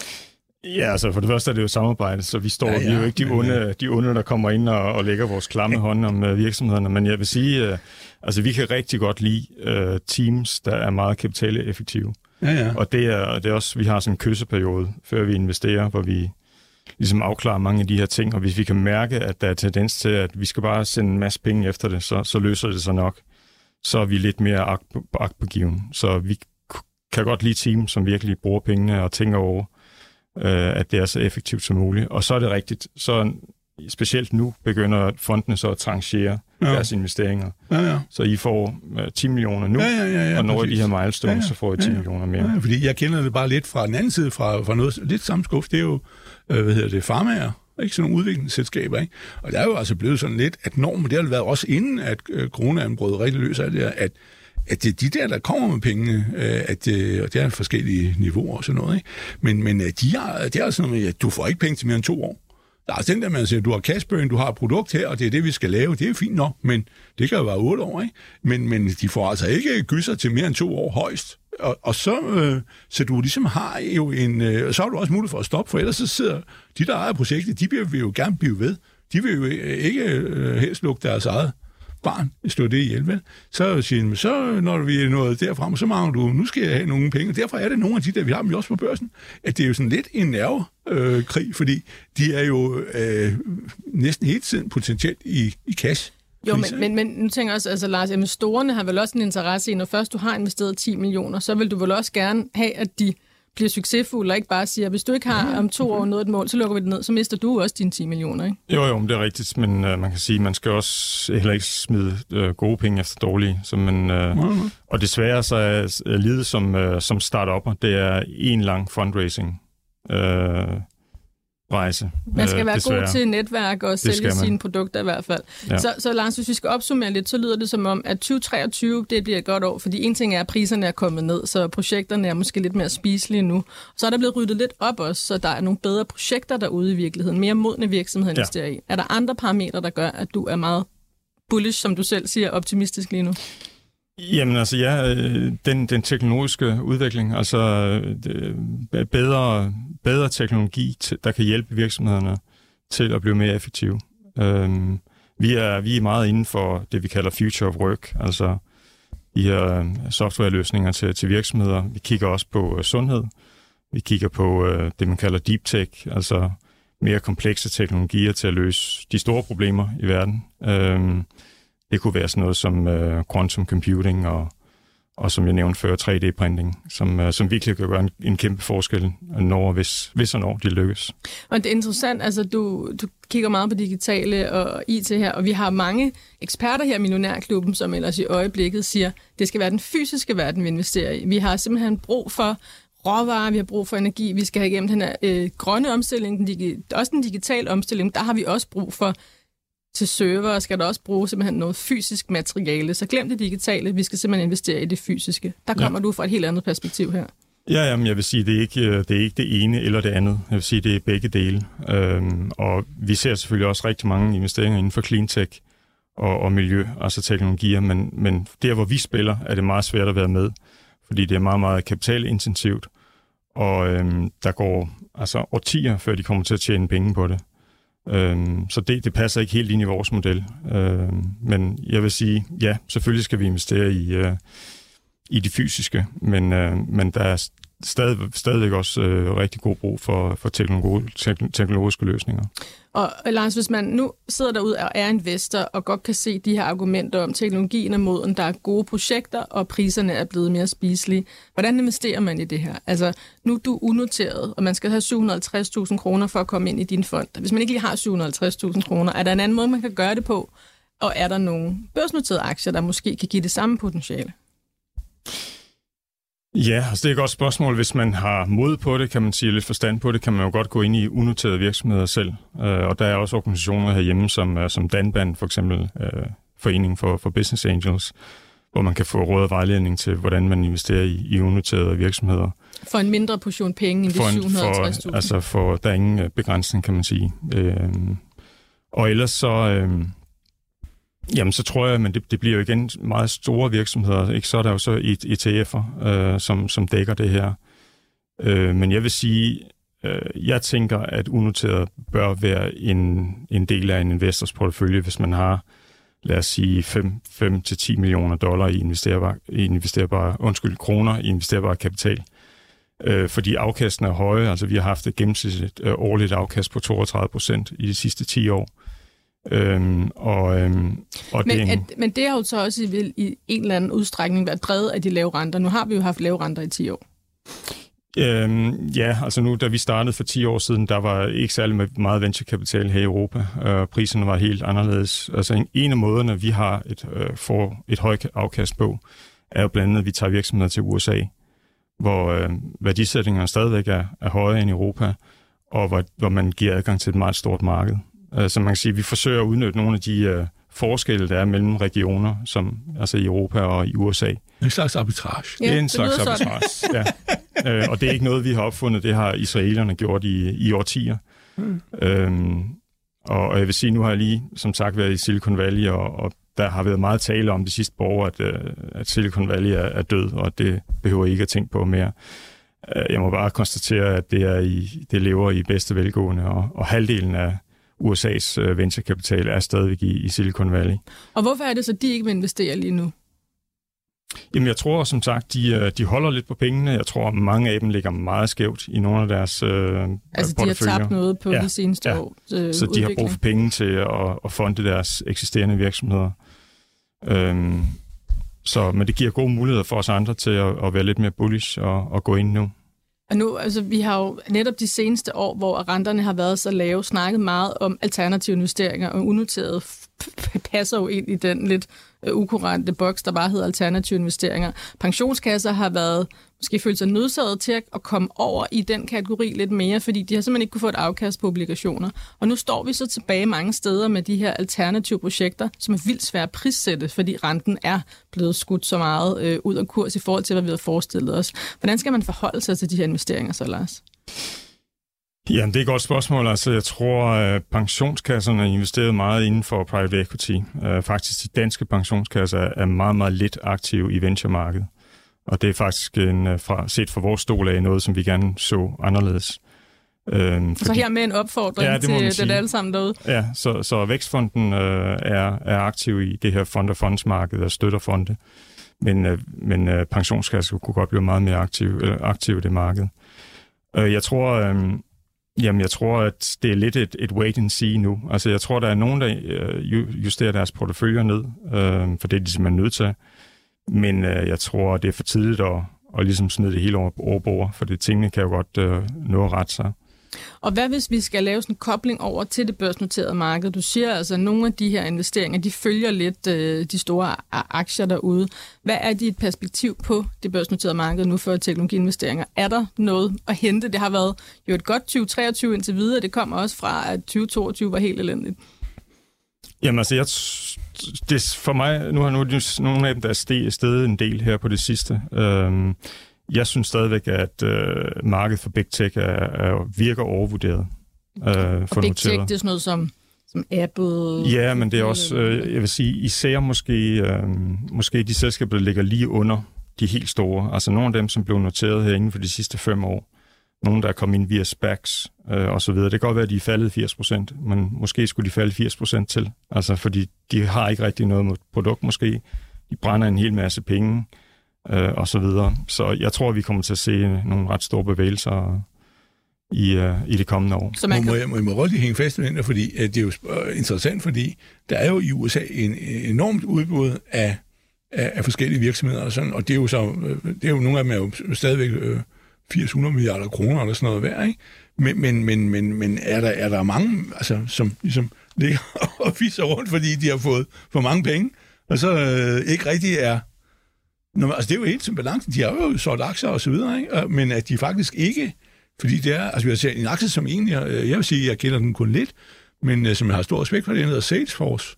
Ja, altså for det første er det jo samarbejde, så vi står ja, ja, vi er jo ikke de onde, de onde, der kommer ind og, og lægger vores klamme hånd om uh, virksomhederne, men jeg vil sige, uh, altså vi kan rigtig godt lide uh, teams, der er meget kapitaleffektive. Ja, ja. Og det er, det er også, vi har sådan en kysseperiode, før vi investerer, hvor vi ligesom afklarer mange af de her ting, og hvis vi kan mærke, at der er tendens til, at vi skal bare sende en masse penge efter det, så, så løser det sig nok. Så er vi lidt mere agtpågiven. Så vi kan godt lide team, som virkelig bruger pengene og tænker over, at det er så effektivt som muligt. Og så er det rigtigt. Så specielt nu begynder fondene så at tranchere ja. deres investeringer. Ja, ja. Så I får ti millioner nu, ja, ja, ja, ja, og når I de her milestones, ja, ja. så får I ti ja, ja. millioner mere. Ja, fordi jeg kender det bare lidt fra den anden side, fra, fra noget lidt samme skuf. Det er jo, hvad hedder det, farmaer, ikke? Sådan nogle udviklingsselskaber, ikke? Og der er jo altså blevet sådan lidt, at normen, det har været også inden, at øh, coronaen brød rigtig løs af det her, at at det er de der, der kommer med pengene, at, og det er forskellige niveauer og sådan noget, ikke? Men, men de har, det er altså noget med, at du får ikke penge til mere end to år. Der er den der, man siger, du har cash burn, du har et produkt her, og det er det, vi skal lave. Det er fint nok, men det kan jo være otte år, ikke? Men, men de får altså ikke gysser til mere end to år højst. Og, og så, øh, så du ligesom har jo en, øh, så har du også mulighed for at stoppe, for ellers så sidder de, der ejer projektet, de vil jo gerne blive ved. De vil jo ikke øh, helst lukke deres eget barn, slå det ihjel, vel? Så siger de, så når vi er nået derfrem, så mangler du, nu skal jeg have nogle penge. Derfor er det nogle af de der, vi har dem jo også på børsen, at det er jo sådan lidt en nervekrig, øh, fordi de er jo øh, næsten hele tiden potentielt i, i cash. Jo, men, men, men nu tænker jeg også, altså Lars, investorerne har vel også en interesse i, når først du har investeret ti millioner, så vil du vel også gerne have, at de bliver succesfulde, og ikke bare siger, hvis du ikke har om to år nået et mål, så lukker vi det ned, så mister du også dine ti millioner, ikke? Jo, jo, men det er rigtigt, men uh, man kan sige, man skal også heller ikke smide uh, gode penge efter dårlige. Så man, uh, mm-hmm. Og desværre så er uh, livet som, uh, som startupper, det er en lang fundraising uh, rejse. Man skal uh, være desværre. god til netværk og sælge sine produkter i hvert fald. Ja. Så, så Lars, hvis vi skal opsummere lidt, så lyder det som om, at tyve treogtyve, det bliver et godt år, fordi en ting er, at priserne er kommet ned, så projekterne er måske lidt mere spiselige nu. Så er der blevet ryddet lidt op også, så der er nogle bedre projekter derude i virkeligheden, mere modne virksomheder investerer ja. i. Er der andre parametre, der gør, at du er meget bullish, som du selv siger, optimistisk lige nu? Jamen altså ja, den, den teknologiske udvikling, altså bedre, bedre teknologi, der kan hjælpe virksomhederne til at blive mere effektive. Øhm, vi, er, vi er meget inden for det, vi kalder future of work, altså de her softwareløsninger til, til virksomheder. Vi kigger også på uh, sundhed. Vi kigger på uh, det, man kalder deep tech, altså mere komplekse teknologier til at løse de store problemer i verden. Øhm, det kunne være sådan noget som uh, quantum computing og, og som jeg nævnte før, tre D-printing, som, uh, som virkelig kan gøre en, en kæmpe forskel, når hvis, hvis og når de lykkes. Og det er interessant, altså du, du kigger meget på digitale og I T her, og vi har mange eksperter her i Millionærklubben, som ellers i øjeblikket siger, det skal være den fysiske verden, vi investerer i. Vi har simpelthen brug for råvarer, vi har brug for energi, vi skal have igennem den her øh, grønne omstilling, den digi- også den digitale omstilling, der har vi også brug for til server, skal der også bruge simpelthen noget fysisk materiale. Så glem det digitale, vi skal simpelthen investere i det fysiske. Der kommer ja. du fra et helt andet perspektiv her. Ja, jamen, jeg vil sige, det er ikke det er ikke det ene eller det andet. Jeg vil sige, det er begge dele. Øhm, og vi ser selvfølgelig også rigtig mange investeringer inden for clean tech og, og miljø, altså teknologier, men, men der, hvor vi spiller, er det meget svært at være med, fordi det er meget, meget kapitalintensivt, og øhm, der går altså årtier, før de kommer til at tjene penge på det. Øhm, så det, det passer ikke helt ind i vores model. Øhm, men jeg vil sige, ja, selvfølgelig skal vi investere i, øh, i det fysiske, men, øh, men der er stadig, stadigvæk også øh, rigtig god brug for, for teknologi, teknologiske løsninger. Og Lars, hvis man nu sidder derude og er investor og godt kan se de her argumenter om teknologien og moden, der er gode projekter, og priserne er blevet mere spiselige, hvordan investerer man i det her? Altså, nu er du unoteret, og man skal have syv hundrede og halvtreds tusind kroner for at komme ind i din fond. Hvis man ikke lige har syv hundrede og halvtreds tusind kroner, er der en anden måde, man kan gøre det på? Og er der nogle børsnoterede aktier, der måske kan give det samme potentiale? Ja, altså det er et godt spørgsmål. Hvis man har mod på det, kan man sige lidt forstand på det, kan man jo godt gå ind i unoterede virksomheder selv. Og der er også organisationer herhjemme, som, som Danban, for eksempel Foreningen for, for Business Angels, hvor man kan få råd og vejledning til, hvordan man investerer i, i unoterede virksomheder. For en mindre portion penge end de syv hundrede og halvtreds tusind. Altså for, der er ingen begrænsning, kan man sige. Og ellers så... Jamen, så tror jeg, men det, det bliver jo igen meget store virksomheder, ikke? Så er der jo så E T F'er, øh, som, som dækker det her. Øh, men jeg vil sige, øh, jeg tænker, at unoteret bør være en, en del af en investors portefølje, hvis man har, lad os sige, fem til ti millioner dollar i investerbare, i investerbare undskyld, kroner i investerbar kapital. Øh, fordi afkastene er høje, altså vi har haft et gennemsnitligt øh, årligt afkast på toogtredive procent i de sidste ti år. Øhm, og, øhm, og men, det en... at, men det har jo så også i, i en eller anden udstrækning været drevet af de lave renter. Nu har vi jo haft lave renter i ti år. Øhm, ja, altså nu, da vi startede for ti år siden, der var ikke særlig meget venturekapital her i Europa. Øh, priserne var helt anderledes. Altså en, en af måderne, vi har et, øh, for et højt afkast på, er jo blandt andet, at vi tager virksomheder til U S A, hvor øh, værdisætningerne stadigvæk er, er højere end i Europa, og hvor, hvor man giver adgang til et meget stort marked. Så man kan sige, at vi forsøger at udnytte nogle af de uh, forskelle, der er mellem regioner, som altså i Europa og i U S A. En slags arbitrage. Ja, det er en slags arbitrage, ja. uh, og det er ikke noget, vi har opfundet. Det har israelerne gjort i, i årtier. Mm. Um, og, og jeg vil sige, nu har jeg lige, som sagt, været i Silicon Valley, og, og der har været meget tale om de sidste par år, at, uh, at Silicon Valley er, er død, og det behøver I ikke at tænke på mere. Uh, jeg må bare konstatere, at det, er i, det lever i bedste velgående, og, og halvdelen af U S A's uh, venturekapital er stadigvæk i, i Silicon Valley. Og hvorfor er det så, de ikke vil investere lige nu? Jamen, jeg tror, som sagt, de, de holder lidt på pengene. Jeg tror, mange af dem ligger meget skævt i nogle af deres uh, altså, porteføljer. De har tabt noget på ja, de seneste ja. år. Uh, så udvikling. De har brug for penge til at, at fonde deres eksisterende virksomheder. Um, så, men det giver gode muligheder for os andre til at, at være lidt mere bullish og, og gå ind nu. Og nu, altså, vi har jo netop de seneste år, hvor renterne har været så lave, snakket meget om alternative investeringer, og unoteret f- passer jo ind i den lidt uh, ukurante boks, der bare hedder alternative investeringer. Pensionskasser har været, måske følt sig nødsaget til at komme over i den kategori lidt mere, fordi de har simpelthen ikke kunne få et afkast på obligationer. Og nu står vi så tilbage mange steder med de her alternative projekter, som er vildt svære at prissætte, fordi renten er blevet skudt så meget øh, ud af kurs i forhold til, hvad vi havde forestillet os. Hvordan skal man forholde sig til de her investeringer så, Lars? Jamen, det er et godt spørgsmål. Altså, jeg tror, at pensionskasserne har investeret meget inden for private equity. Uh, faktisk de danske pensionskasser er meget, meget lidt aktive i venturemarkedet. Og det er faktisk en, fra, set fra vores stol af noget, som vi gerne så anderledes. Uh, fordi, så her med en opfordring ja, til det alle sammen derude. Ja, så, så Vækstfonden uh, er, er aktiv i det her fund-of-funds-marked og støtter fonde. Men, uh, men uh, pensionskasser kunne godt blive meget mere aktive, uh, aktive i det marked. Uh, jeg tror... Um, Jamen, jeg tror, at det er lidt et, et wait and see nu. Altså, jeg tror, der er nogen, der øh, justerer deres porteføljer ned, øh, for det er de simpelthen nødt til. Men øh, jeg tror, det er for tidligt at, at ligesom smide det hele over, over bord, for det tingene kan jo godt øh, nå at rette sig. Og hvad hvis vi skal lave sådan en kobling over til det børsnoterede marked? Du siger altså, at nogle af de her investeringer, de følger lidt øh, de store aktier derude. Hvad er dit perspektiv på det børsnoterede marked nu for teknologiinvesteringer? Er der noget at hente? Det har været jo et godt tyve treogtyve indtil videre. Det kommer også fra, at tyve toogtyve var helt elendigt. Jamen altså, jeg, det, for mig, nu har nu, nogle af dem, der er steget en del her på det sidste. Øhm, Jeg synes stadigvæk, at øh, markedet for Big Tech er, er, virker overvurderet. Øh, og Big Tech, det er sådan noget som, som Apple? Ja, men det er også, øh, jeg vil sige, især måske, øh, måske de selskaber, der ligger lige under de helt store. Altså nogle af dem, som blev noteret her inden for de sidste fem år. Nogle, der er kommet ind via SPACs øh, og så videre. Det kan godt være, at de er faldet firs procent, men måske skulle de falde firs procent til. Altså fordi de har ikke rigtig noget produkt måske. De brænder en hel masse penge. Øh, og så videre. Så jeg tror, vi kommer til at se nogle ret store bevægelser i, uh, i det kommende år. Så man kan... Må jeg må, må godt lige hænge fast med det, fordi uh, det er jo interessant, fordi der er jo i U S A en enormt udbud af, af, af forskellige virksomheder, og, sådan, og det er jo så, det er jo nogle af dem er jo stadigvæk uh, firs hundrede milliarder kroner eller sådan noget værd, ikke? Men, men, men, men, men er, der, er der mange, altså, som ligesom ligger og fisser rundt, fordi de har fået for mange penge, og så uh, ikke rigtig er. Nå, altså det er jo helt som balancen. De har jo solgt aktier og så videre, ikke? Men at de faktisk ikke, fordi det er, altså vi har set en aktie, som egentlig, jeg vil sige, jeg kender den kun lidt, men som jeg har stor respekt for, det hedder Salesforce,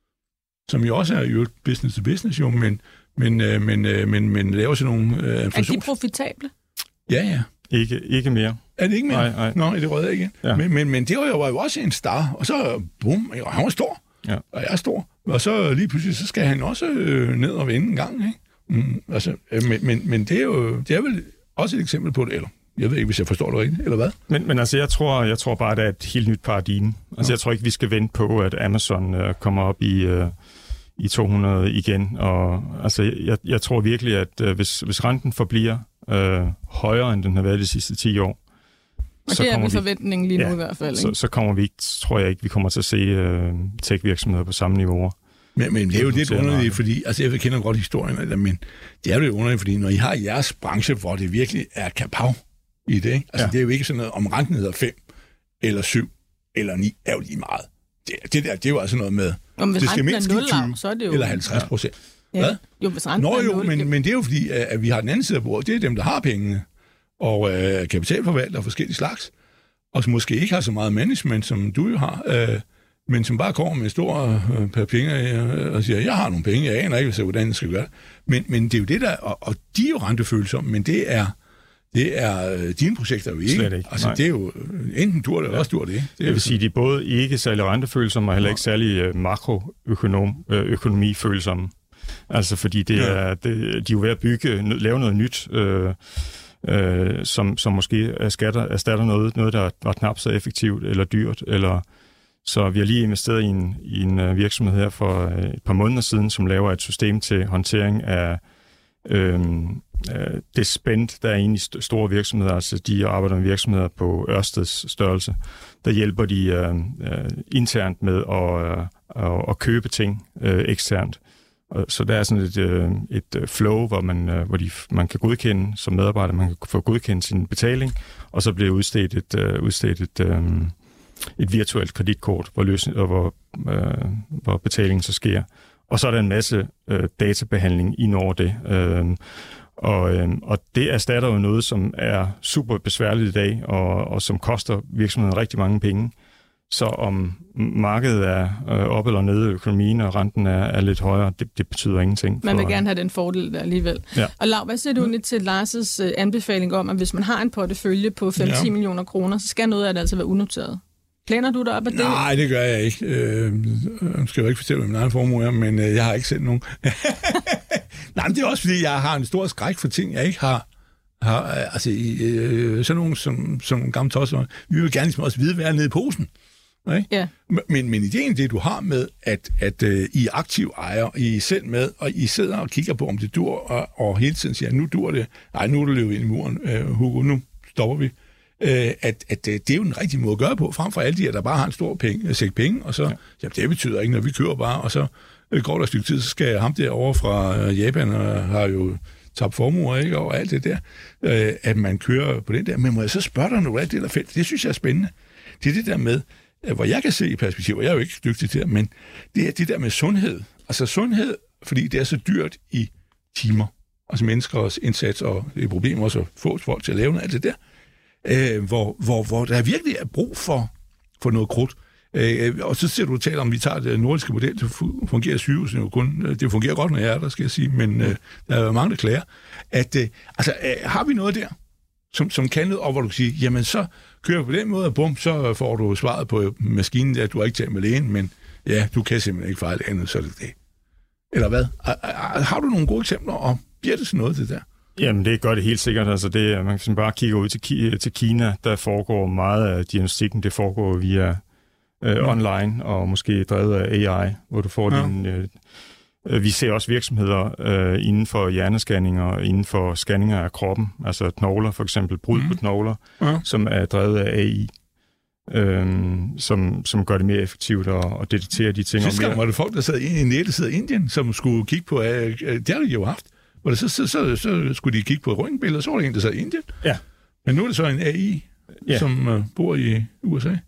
som jo også er jo business to business, jo, men, men, men, men, men laver sådan nogle uh, inflations... Er de profitable? Ja, ja. Ikke, ikke mere. Er det ikke mere? Nej, nej. Nå, det rød jeg igen. Ja. Men, men, men det var jo, var jo også en star, og så, bum, han var stor, ja. Og jeg er stor, og så lige pludselig, så skal han også øh, ned og vende en gang, ikke? Mm, altså, men, men, men det er jo det er vel også et eksempel på det, eller jeg ved ikke, hvis jeg forstår det rigtigt, eller hvad? Men, men altså, jeg tror, jeg tror bare, at det er et helt nyt paradigme. Altså, ja. Jeg tror ikke, vi skal vente på, at Amazon uh, kommer op i, uh, i to hundrede igen. Og, altså, jeg, jeg tror virkelig, at uh, hvis, hvis renten forbliver uh, højere, end den har været de sidste ti år, og så det er med forventningen lige nu ja, i hvert fald, ikke? Så, så kommer vi ikke, tror jeg ikke, vi kommer til at se uh, tech-virksomheder på samme niveauer. Men, men det er jo lidt underligt, fordi, altså jeg kender godt historien, men det er jo lidt underligt, fordi når I har jeres branche, hvor det virkelig er kapav i det, ikke? Altså ja. Det er jo ikke sådan noget, om renten hedder fem, eller syv, eller ni, er jo lige meget. Det, det der, det er jo altså noget med, om det skal mindst nul, tyve, så er det jo... eller halvtreds procent. Ja. Hvad? Jo, hvis renten Nå jo, nul, men, men det er jo fordi, at vi har den anden side af bordet, det er dem, der har pengene, og øh, kapitalforvaltere af forskellige slags, og som måske ikke har så meget management, som du jo har, øh, men som bare kommer med store øh, par penge øh, og siger, jeg har nogle penge, jeg aner ikke, så hvordan jeg skal gøre det. Men, men det er jo det der, og, og de er jo rentefølsomme, men det er, det er øh, dine projekter jo ikke. Slet ikke. Altså, det er jo enten du eller ja. Også du det. Det jeg vil sige, de er både ikke særlig rentefølsomme, og heller ikke særlig øh, makroøkonomifølsomme. Altså, fordi det er, det, de er jo ved at bygge, lave noget nyt, øh, øh, som, som måske erstatter, erstatter noget, noget, der var knap så effektivt eller dyrt, eller så vi har lige investeret i en, i en virksomhed her for et par måneder siden, som laver et system til håndtering af øh, det spænd, der er inde i store virksomheder. Altså de arbejder med virksomheder på Ørsteds størrelse. Der hjælper de øh, internt med at, øh, at købe ting øh, eksternt. Så der er sådan et, øh, et flow, hvor, man, øh, hvor de, man kan godkende som medarbejder, man kan få godkendt sin betaling, og så bliver udstedt et, øh, udstedt et øh, et virtuelt kreditkort, hvor, løsning, og hvor, øh, hvor betalingen så sker. Og så er der en masse øh, databehandling ind over det. Øh, og, øh, og det erstatter jo noget, som er super besværligt i dag, og, og som koster virksomheden rigtig mange penge. Så om markedet er øh, op eller nede i økonomien, og renten er, er lidt højere, det, det betyder ingenting. Man vil gerne have den fordel der alligevel. Ja. Og Lav, hvad siger du ja. til Lars' uh, anbefaling om, at hvis man har en portefølje på fem til ti ja. millioner kroner, så skal noget af det altså være unoteret? Planer du dig op af det? Nej, det gør jeg ikke. Øh, jeg skal jo ikke fortælle, hvad min egen formue er, men øh, jeg har ikke set nogen. Nej, men det er også, fordi jeg har en stor skræk for ting, jeg ikke har. har altså, øh, sådan nogen som, som gamle tosser, vi vil gerne ligesom også vide, hvad er nede i posen. Ja. Men, men ideen det, du har med, at, at uh, I er aktiv ejer, I er selv med, og I sidder og kigger på, om det dur, og, og hele tiden siger, nu dur det, nej, nu er du løbet ind i muren, uh, Hugo, nu stopper vi. Uh, at, at uh, det er jo den rigtige måde at gøre på, frem for alle de her, der bare har en stor penge, sæk penge, og så, ja. jamen, det betyder ikke, når vi kører bare, og så uh, går der et stykke tid, så skal ham derovre fra uh, Japan, og har jo tabt formuer, ikke, og alt det der, uh, at man kører på den der. Men må jeg så spørge dig noget af det der felt? Det synes jeg er spændende. Det er det der med, hvor jeg kan se i perspektiver, jeg er jo ikke dygtig til det, men det er det der med sundhed. Altså sundhed, fordi det er så dyrt i timer. Altså menneskers indsats, og det er et problem også at få folk til at lave noget af det der, øh, hvor, hvor, hvor der virkelig er brug for, for noget krudt. Øh, og så ser du tale om, at vi tager det nordiske model, det fungerer sygehuset jo kun, det fungerer godt, når jeg er der, skal jeg sige, men øh, der er mange, der klager. At, øh, altså, øh, har vi noget der, som, som kan noget, og hvor du kan sige, jamen så kører på den måde, og bum, så får du svaret på maskinen, at du har ikke talt med lægen, men ja, du kan simpelthen ikke fejle andet, så er det det. Eller hvad? Har du nogle gode eksempler, og bliver det sådan noget, det der? Jamen, det gør det helt sikkert. Altså, det, man kan bare kigge ud til, til Kina, der foregår meget af diagnostikken, det foregår via øh, ja. online, og måske drevet af A I, hvor du får ja. din... Øh, Vi ser også virksomheder øh, inden for hjernescanninger, inden for scanninger af kroppen, altså knogler for eksempel, brud mm. på knogler, ja. som er drevet af A I, øh, som, som gør det mere effektivt at, at detektere de ting. Sidste gang var det folk, der sad i nettet, sidder i Indien, som skulle kigge på, øh, det har de jo haft, hvor det så, så, så, så skulle de kigge på et røntgenbillede, og så var der en, der sad i Indien. Ja. Men nu er det så en A I, ja. som øh, bor i U S A.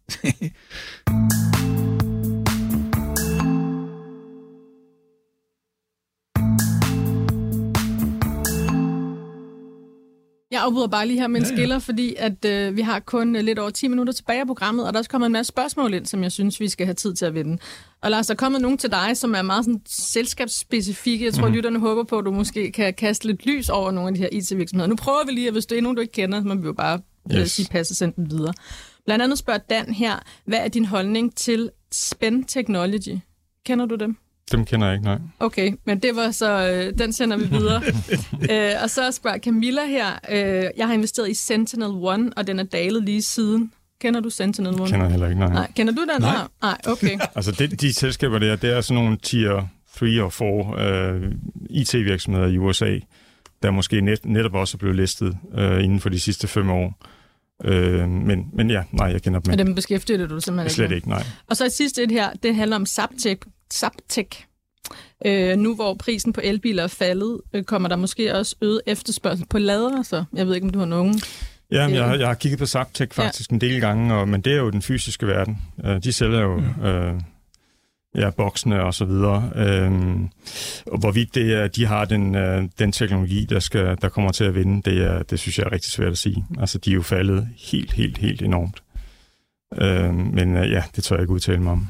Jeg afbryder bare lige her med en ja, ja. skiller, fordi at øh, vi har kun øh, lidt over ti minutter tilbage af programmet, og der er også kommet en masse spørgsmål ind, som jeg synes, vi skal have tid til at vinde. Og Lars, der er kommet nogen til dig, som er meget sådan selskabsspecifikke. Jeg tror, mm. lytterne håber på, at du måske kan kaste lidt lys over nogle af de her I T-virksomheder. Nu prøver vi lige, at hvis det er nogen, du ikke kender, så må vi jo bare yes. øh, sige pas og sende den videre. Blandt andet spørger Dan her, hvad er din holdning til Spend Technology? Kender du dem? Dem kender jeg ikke, nej. Okay, men det var så, øh, den sender vi videre. øh, og så spørger Camilla her, øh, jeg har investeret i Sentinel One, og den er dalet lige siden. Kender du Sentinel One? Kender jeg heller ikke, nej. nej. Kender du den? Nej. Nej, okay. altså det, de selskaber der, det er sådan nogle tier tre og fire øh, I T-virksomheder i U S A, der måske net, netop også er blevet listet øh, inden for de sidste fem år. Øh, men, men ja, nej, jeg kender dem ikke. Og dem beskæftiger du simpelthen ikke? Slet ikke, nej. Og så et sidste et her, det handler om Zaptec. Zaptec. Øh, nu hvor prisen på elbiler er faldet, øh, kommer der måske også øget efterspørgsel på ladere, så jeg ved ikke, om du har nogen. Ja, jeg, jeg har kigget på Zaptec faktisk ja. en del gange, og, men det er jo den fysiske verden. Øh, de sælger jo øh, ja, boksene og så videre. Øh, og hvorvidt det er, de har den, øh, den teknologi, der, skal, der kommer til at vinde, det, er, det synes jeg er rigtig svært at sige. Altså, de er jo faldet helt, helt, helt enormt. Øh, men øh, ja, det tør jeg ikke udtale mig om.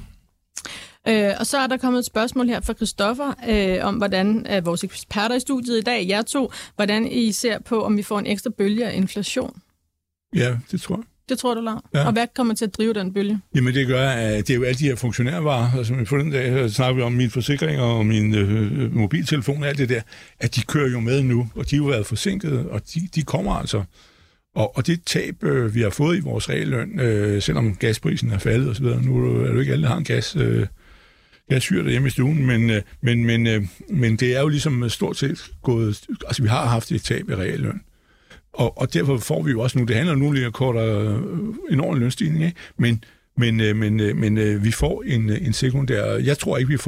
Øh, og så er der kommet et spørgsmål her fra Christoffer øh, om, hvordan øh, vores eksperter i studiet i dag, jer to, hvordan I ser på, om vi får en ekstra bølge af inflation. Ja, det tror jeg. Det tror du, Lav? Ja. Og hvad kommer til at drive den bølge? Jamen det gør, at det er jo alle de her funktionærvarer, altså på den dag snakker vi om mine forsikringer og min øh, mobiltelefon og alt det der, at de kører jo med nu, og de har jo været forsinket, og de, de kommer altså. Og, og det tab, øh, vi har fået i vores realløn, øh, selvom gasprisen er faldet og så videre, nu er det jo ikke alle, der har en gas, øh, gashyr derhjemme i stuen, men, øh, men, men, øh, men det er jo ligesom stort set gået, altså vi har haft et tab i realløn. Og, og derfor får vi jo også nu, det handler nu lige om kort øh, en ordentlig lønstigning, ikke? Men, men, øh, men, øh, men øh, vi får en, en sekundær, jeg tror ikke, vi får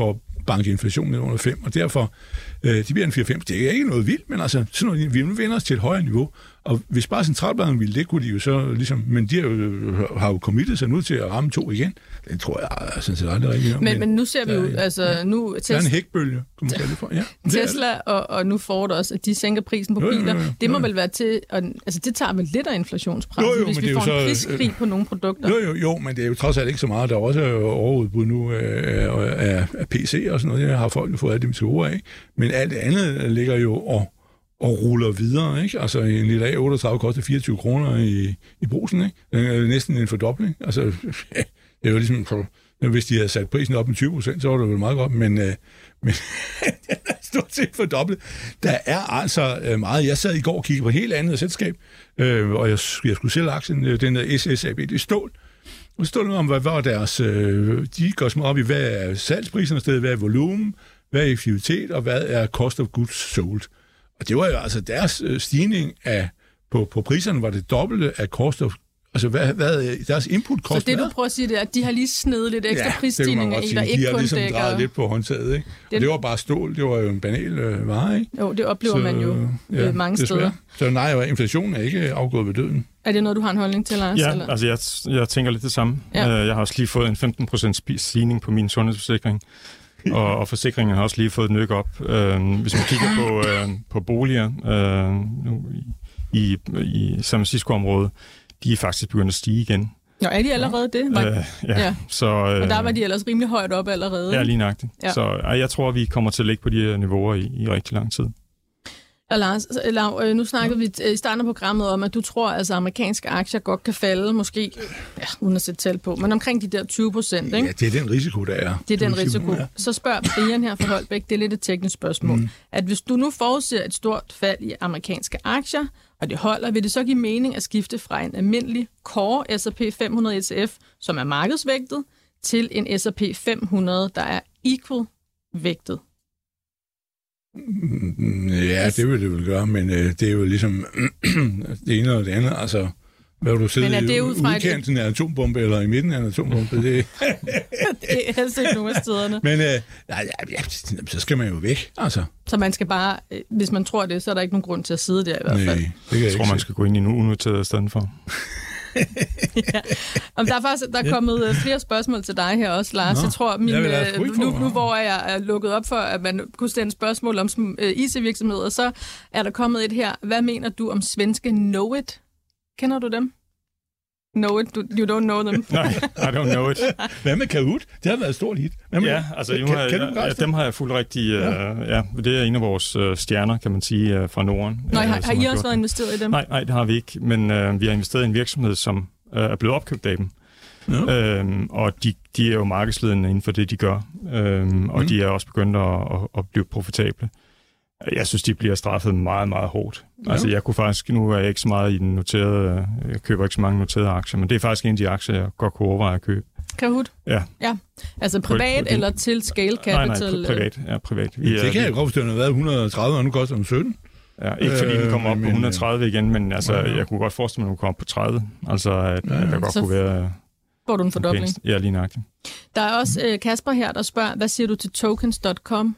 banke inflationen ned under fem, og derfor, øh, de bliver en fire fem. Det er ikke noget vildt, men altså, sådan noget, vi nu vender os til et højere niveau, og hvis bare centralbanken ville, det kunne de jo så ligesom, men de har jo, har jo committet sig nu til at ramme to igen. Det tror jeg er sådan set aldrig rigtigt. Men, men, men nu ser vi jo, altså ja. nu... Tesla, der er en hækbølge, kunne man kalde det for. Ja, Tesla og, og nu Ford også, at de sænker prisen på jo, biler. Jo, jo, jo. Det må jo. vel være til, og, altså det tager vel lidt af inflationspresset, hvis vi får en priskrig øh, på nogle produkter. Jo, jo, jo, men det er jo trods alt ikke så meget. Der er også overudbud nu af, af, af P C og sådan noget. Det har folk jo fået alt det til ord af. Men alt det andet ligger jo og, og ruller videre, ikke? Altså en lille A otteogtredive koster fireogtyve kroner i, i brusen, ikke? Det er næsten en fordobling. Altså, ja, det er jo ligesom... Hvis de havde sat prisen op med tyve procent, så var det vel meget godt, men, øh, men den er stort set fordoblet. Der er altså øh, meget. Jeg sad i går og kiggede på et helt andet selskab, øh, og jeg, jeg skulle sælge aktien, øh, den der S S A B, det er stål. Og stod noget om, hvad var deres... Øh, de går små op i, hvad er salgspriserne stedet, hvad er volumen, hvad er effektivitet, og hvad er cost of goods sold. Og det var jo altså deres øh, stigning af, på, på priserne, var det dobbelte af cost of Altså, hvad, hvad deres input koster? Så det, du prøver at sige, det er, at de har lige snedet lidt ekstra ja, prisstigninger i, der ikke kun dækker... De har ligesom dækker... drejet lidt på håndtaget, ikke? Det... Og det var bare stål, det var jo en banal øh, vare, ikke? Jo, det oplever så, man jo ja, mange steder. Så nej, inflationen er ikke afgået ved døden. Er det noget, du har en holdning til, Lars? Ja, eller? altså jeg, jeg tænker lidt det samme. Ja. Jeg har også lige fået en femten procent stigning på min sundhedsforsikring, og, og forsikringen har også lige fået et nyk op. Øh, hvis man kigger på, øh, på boliger øh, nu, i, i San Francisco-området, de er faktisk begyndt at stige igen. Nå, er de allerede det? Var... Øh, ja. ja. Så, øh, og der var de ellers rimelig højt op allerede. Ja, lige nøjagtigt. Ja. Så øh, jeg tror, vi kommer til at ligge på de her niveauer i, i rigtig lang tid. Og Lars, Lav, nu snakkede vi i starten af programmet om, at du tror, at altså, amerikanske aktier godt kan falde, måske, ja, uden at sætte tal på, men omkring de der tyve procent, ikke? Ja, det er den risiko, der er. Det er den risiko. Ja. Så spørger Brian her fra Holbæk, det er lidt et teknisk spørgsmål, mm. at hvis du nu forudser et stort fald i amerikanske aktier, og det holder, vil det så give mening at skifte fra en almindelig core S og P fem hundrede E T F, som er markedsvægtet, til en S og P fem hundrede, der er equal-vægtet? Ja, det vil det vel gøre, men øh, det er jo ligesom det ene og det andet. Altså, hvad vil du sidde i udkanten af en atombombe, eller i midten af en atombombe? Det, det er altså ikke nogen af stederne. Men øh, ja, ja, så skal man jo væk, altså. Så man skal bare, hvis man tror det, så er der ikke nogen grund til at sidde der i hvert fald. Nej, det kan jeg, jeg tror, man skal gå ind i en unoteret i stedet for. ja. Om der er faktisk der er kommet ja. flere spørgsmål til dig her også, Lars. Nå, jeg tror, min, jeg nu, nu hvor jeg er lukket op for, at man kunne stille spørgsmål om I C-virksomheder, så er der kommet et her. Hvad mener du om svenske Knowit? Kender du dem? Know it, you don't know them. Nej, I don't know it. Hvad med Kahoot? Det har været et stort hit. Med, ja, altså kan, har, kan ja, dem har jeg fuldt rigtig... Ja. Uh, ja, det er en af vores uh, stjerner, kan man sige, uh, fra Norden. Nej, har, uh, har I også været investeret i dem? Nej, nej, det har vi ikke. Men uh, vi har investeret i en virksomhed, som uh, er blevet opkøbt af dem. Ja. Uh, og de, de er jo markedsledende inden for det, de gør. Uh, og mm. de er også begyndt at, at, at blive profitable. Jeg synes, de bliver straffet meget, meget hårdt. Ja. Altså, jeg kunne faktisk, nu er jeg ikke så meget i den noterede, jeg køber ikke så mange noterede aktier, men det er faktisk en af de aktier, jeg godt kunne overveje at købe. Kahoot? Ja. Ja. Altså privat eller til scale capital? Nej, nej, privat. Ja, privat. Vi, det kan jeg godt forstå, at den har været et hundrede og tredive, og nu koster den sytten. Ja, ikke fordi den kommer op øh, på et hundrede og tredive igen, men altså, ja, ja. jeg kunne godt forestille mig, at den kunne komme op på tredive. Altså, at, ja, ja. at der godt så kunne være... Får du en fordobling? Ja, lige nøjagtigt. Der er også øh, Kasper her, der spørger, hvad siger du til tokens punktum com?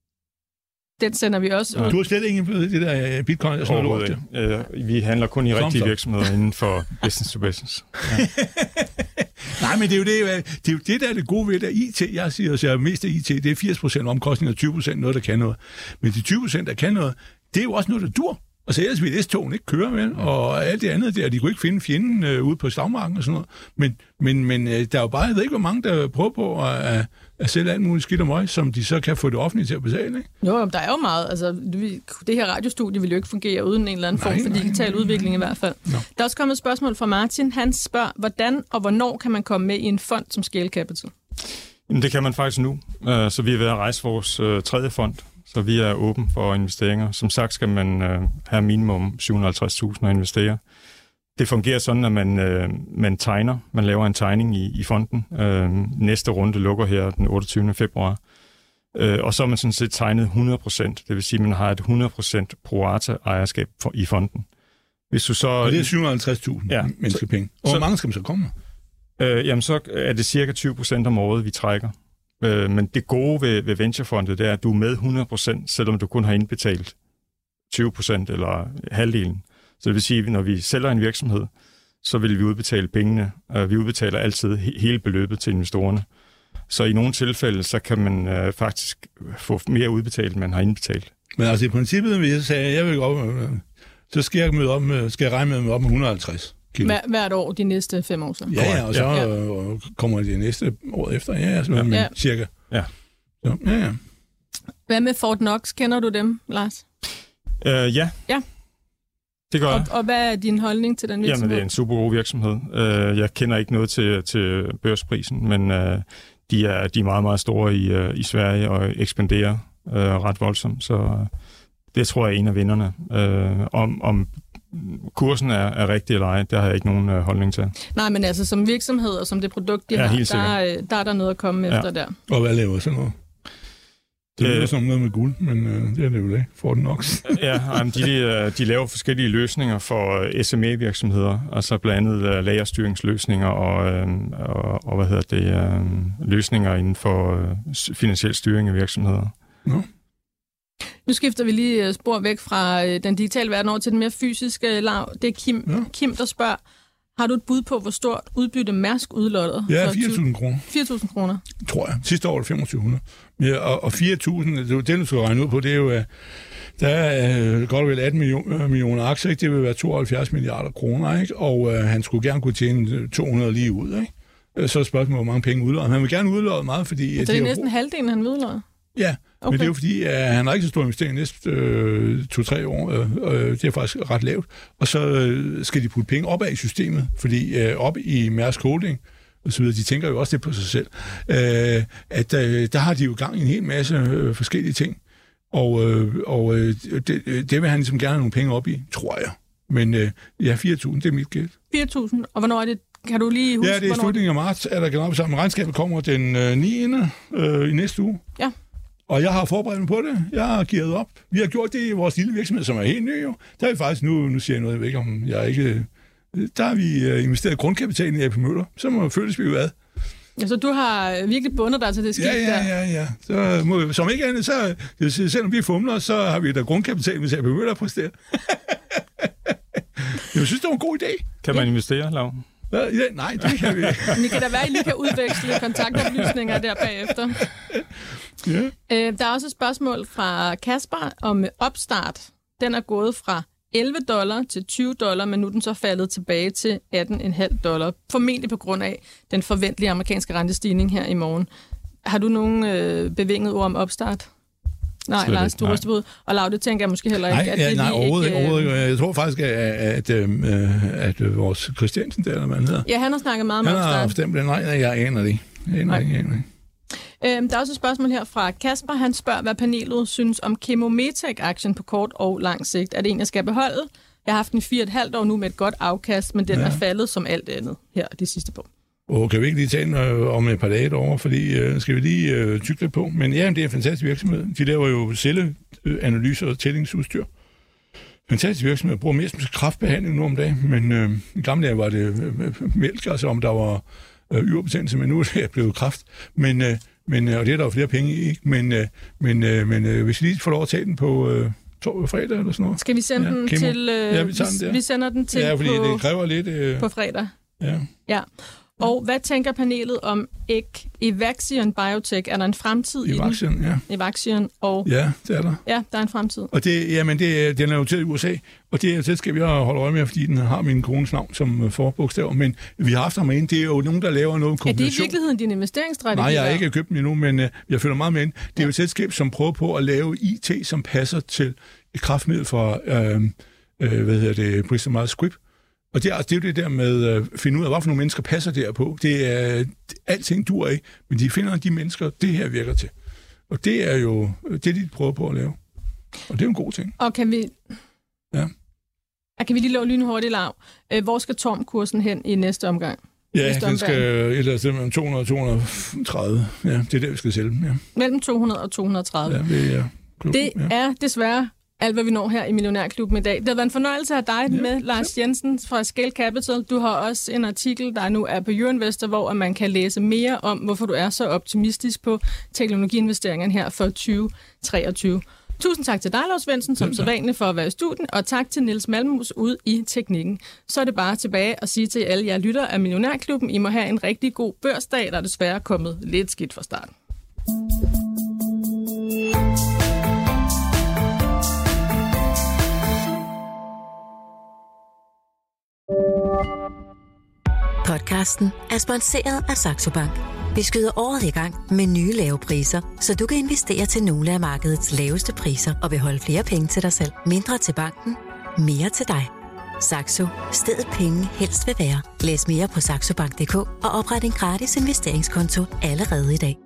Den sender vi også ud. Du har slet ikke det der bitcoin og sådan noget lort. Øh, vi handler kun i rigtige virksomheder inden for business to business. Ja. Nej, men det er, jo det, det er jo det, der er det gode ved det. I T, jeg siger, at jeg er mest af I T, det er firs procent omkostning og tyve procent noget, der kan noget. Men de tyve procent, der kan noget, det er jo også noget, der dur. Og så ellers ville S-togen ikke køre med, og alt det andet der, de kunne ikke finde fjenden øh, ude på slagmarken og sådan noget. Men, men, men øh, der er jo bare, jeg ved ikke, hvor mange, der prøver på at, at sælge alt muligt skidt og møg, som de så kan få det offentlige til at betale, ikke? Jo, der er jo meget. Altså, det her radiostudie vil jo ikke fungere uden en eller anden nej, form for nej, digital nej, udvikling i hvert fald. No. Der er også kommet et spørgsmål fra Martin. Han spørger, hvordan og hvornår kan man komme med i en fond som Scale Capital? Jamen, det kan man faktisk nu. Så vi er ved at rejse vores tredje fond. Så vi er åben for investeringer. Som sagt skal man øh, have minimum syv hundrede og halvtreds tusind at investere. Det fungerer sådan, at man, øh, man tegner. Man laver en tegning i, i fonden. Øh, næste runde lukker her den otteogtyvende februar. Øh, og så er man sådan set tegnet hundrede procent. Det vil sige, at man har et hundrede procent pro rata ejerskab for, i fonden. Hvis du så, og det er syv hundrede og halvtreds tusind ja, menneskepenge. Og hvor mange skal man så komme? Øh, jamen, så er det cirka tyve procent om året, vi trækker. Øh, men det gode ved, ved venturefondet, det er, at du er med hundrede procent, selvom du kun har indbetalt tyve procent eller halvdelen. Så det vil sige, at når vi sælger en virksomhed, så vil vi udbetale pengene. Uh, vi udbetaler altid he- hele beløbet til investorerne. Så i nogle tilfælde, så kan man uh, faktisk få mere udbetalt, end man har indbetalt. Men altså i princippet, hvis jeg sagde, at jeg vil gå op, så skal jeg, møde op med, skal jeg regne med at møde op med et hundrede og halvtreds kilo. Hver, hvert år de næste fem år så? Ja, ja, og så ja. kommer de næste år efter. Ja, altså, ja. Men ja. cirka. Ja. Så, ja, ja. Hvad med Fort Knox? Kender du dem, Lars? Uh, ja. Ja. Det gør jeg. Og, og hvad er din holdning til den virksomhed? Jamen, det er en super god virksomhed. Uh, jeg kender ikke noget til, til børsprisen, men uh, de, er, de er meget, meget store i, uh, i Sverige og ekspanderer uh, ret voldsomt, så uh, det tror jeg er en af vinderne. Uh, om, om kursen er, er rigtig eller ej, der har jeg ikke nogen uh, holdning til. Nej, men altså som virksomhed og som det produkt, de ja, har, der, der er der noget at komme ja. efter der. Og hvad laver sådan noget? Det er jo som noget med guld, men øh, det er det jo ikke. Fort Knox. ja, de, de laver forskellige løsninger for S M E-virksomheder, altså blandt andet lagerstyringsløsninger og, øh, og, og hvad hedder det, øh, løsninger inden for øh, finansiel styring af virksomheder. Nå. Nu skifter vi lige spor væk fra øh, den digitale verden over til den mere fysiske lav. Det er Kim, ja. Kim, der spørger, har du et bud på, hvor stort udbytte Mærsk udlodder? Ja, fire tusind kroner. fire tusind kroner? Tror jeg. Sidste år var det femogtyve hundrede. Ja, og, og fire tusind, det, det du skal regne ud på, det er jo, at der er øh, godt vel atten millioner, millioner aktier, ikke? Det vil være tooghalvfjerds milliarder kroner, ikke? Og øh, han skulle gerne kunne tjene to hundrede lige ud, ikke? Så er spørgsmålet, hvor mange penge udlodder. Han vil gerne udlodde meget, fordi... Så det er, er næsten halvdelen, han udlodder? Ja, okay. Men det er jo fordi, at han har ikke så stor investering næste øh, to-tre år. Øh, øh, det er faktisk ret lavt. Og så øh, skal de putte penge opad i systemet, fordi øh, op i Mærsk Holding, og så videre, de tænker jo også det på sig selv, øh, at øh, der har de jo gang i en hel masse øh, forskellige ting. Og, øh, og øh, det, det vil han ligesom gerne have nogle penge op i, tror jeg. Men øh, ja, fire tusind, det er mit gæld. fire tusind, og hvornår er det? Kan du lige huske, ja, det er i slutningen af marts, at der kan op sammen. Regnskabet kommer den øh, niende øh, i næste uge. Ja. Og jeg har forberedt mig på det. Jeg har gearet op. Vi har gjort det i vores lille virksomhed, som er helt ny jo. Der er vi faktisk, nu, nu siger jeg noget, jeg ved ikke om jeg ikke... Der har vi investeret grundkapitalen i A P Møller. Så må føles vi jo ad. Ja, så du har virkelig bundet dig til det skib ja, ja, der? Ja, ja, ja. Så må, som ikke andet, så selvom vi fumler, så har vi da grundkapital, hvis A P Møller præsterer. Jeg synes, det var en god idé. Kan man investere, Lav? Ja, nej, det kan vi ikke. Men kan da være, at I lige kan udveksle kontaktoplysninger der bagefter. Ja. Øh, der er også et spørgsmål fra Kasper om opstart. Den er gået fra elleve dollar til tyve dollar, men nu er den så faldet tilbage til atten komma fem dollar. Formentlig på grund af den forventelige amerikanske rentestigning her i morgen. Har du nogen øh, bevinget ord om opstart? Nej, Slet Lars, du ryster ud. Og Lav, det tænker jeg måske heller ikke. Nej, at ja, det nej ikke, overhovedet ikke. Øh... Overhovedet. Jeg tror faktisk, at, at, at, at, at vores Christiansen, der eller hvad han hedder. Ja, han har snakket meget om han opstart. Han har stemt det. Nej, jeg aner det. Jeg aner ikke, jeg aner ikke. Øhm, der er også et spørgsmål her fra Kasper. Han spørger, hvad panelet synes om Chemometec-aktien på kort og lang sigt. Er det en, jeg skal beholde? Jeg har haft den i fire og et halvt år nu med et godt afkast, men den ja. er faldet som alt andet her det sidste på. Og kan vi ikke lige tage den øh, om et par dage derovre, fordi øh, skal vi lige øh, tygge lidt på. Men ja, det er en fantastisk virksomhed. De laver jo celleanalyser og tællingsudstyr. Fantastisk virksomhed. Bruger mest med kræftbehandling nu om dagen, men øh, i gamle dage var det øh, mælk, altså om der var øh, yverbetændelse, men nu er det blevet kræft. Men, øh, men, og det er der jo flere penge i, ikke? Men, øh, men, øh, men øh, hvis vi lige får lov at tage den på... Øh, torsdag fredag eller sådan noget. Skal vi sende ja, den kemo. til... Øh, ja, vi, tager den der. vi sender den til ja, fordi på, det kræver lidt... Øh, på fredag. Ja. Ja. Og hvad tænker panelet om Evaxion Biotech? Er der en fremtid Evaxion, i den? ja. Evaxion, og... Ja, det er der. Ja, der er en fremtid. Og det, jamen, det, den er jo til i U S A, og det er et selskab, jeg holder øje med, fordi den har min kones navn som forbogstav. Men vi har haft ham med ind. Det er jo nogen, der laver noget kombination. Er det i virkeligheden din investeringsstrategi? Nej, jeg har ikke købt den endnu, men uh, jeg følger meget med ind. Det er jo et selskab, som prøver på at lave I T, som passer til et kraftmiddel fra, øh, øh, hvad hedder det, Bristol Myers Squibb. Og det er, det er jo det der med at finde ud af, hvorfor nogle mennesker passer derpå. Det er, alting dur ikke, men de finder de mennesker, det her virker til. Og det er jo det, de prøver på at lave. Og det er jo en god ting. Og kan vi... Ja. Kan vi lige lave lynhurtigt, Lav? Hvor skal Torm-kursen hen i næste omgang? Ja, næste den skal et eller andet mellem to hundrede og to hundrede og tredive. Ja, det er der, vi skal sælge den. Ja. Mellem to hundrede og to hundrede og tredive. Ja, det er... Det er desværre alt, hvad vi når her i Millionærklubben i dag. Det har været en fornøjelse at have dig ja, med, Lars Jensen fra Scale Capital. Du har også en artikel, der nu er på Euroinvestor, hvor man kan læse mere om, hvorfor du er så optimistisk på teknologiinvesteringerne her for tyve treogtyve. Tusind tak til dig, Lars Svendsen, som sædvanligt for at være i studien, og tak til Niels Malmus ude i teknikken. Så er det bare tilbage at sige til alle jer lytter af Millionærklubben, I må have en rigtig god børsdag, der er desværre kommet lidt skidt fra start. Podcasten er sponsoreret af Saxo Bank. Vi skyder året i gang med nye lave priser, så du kan investere til nogle af markedets laveste priser og beholde flere penge til dig selv. Mindre til banken, mere til dig. Saxo. Stedet penge helst vil være. Læs mere på saxobank punktum d k og opret en gratis investeringskonto allerede i dag.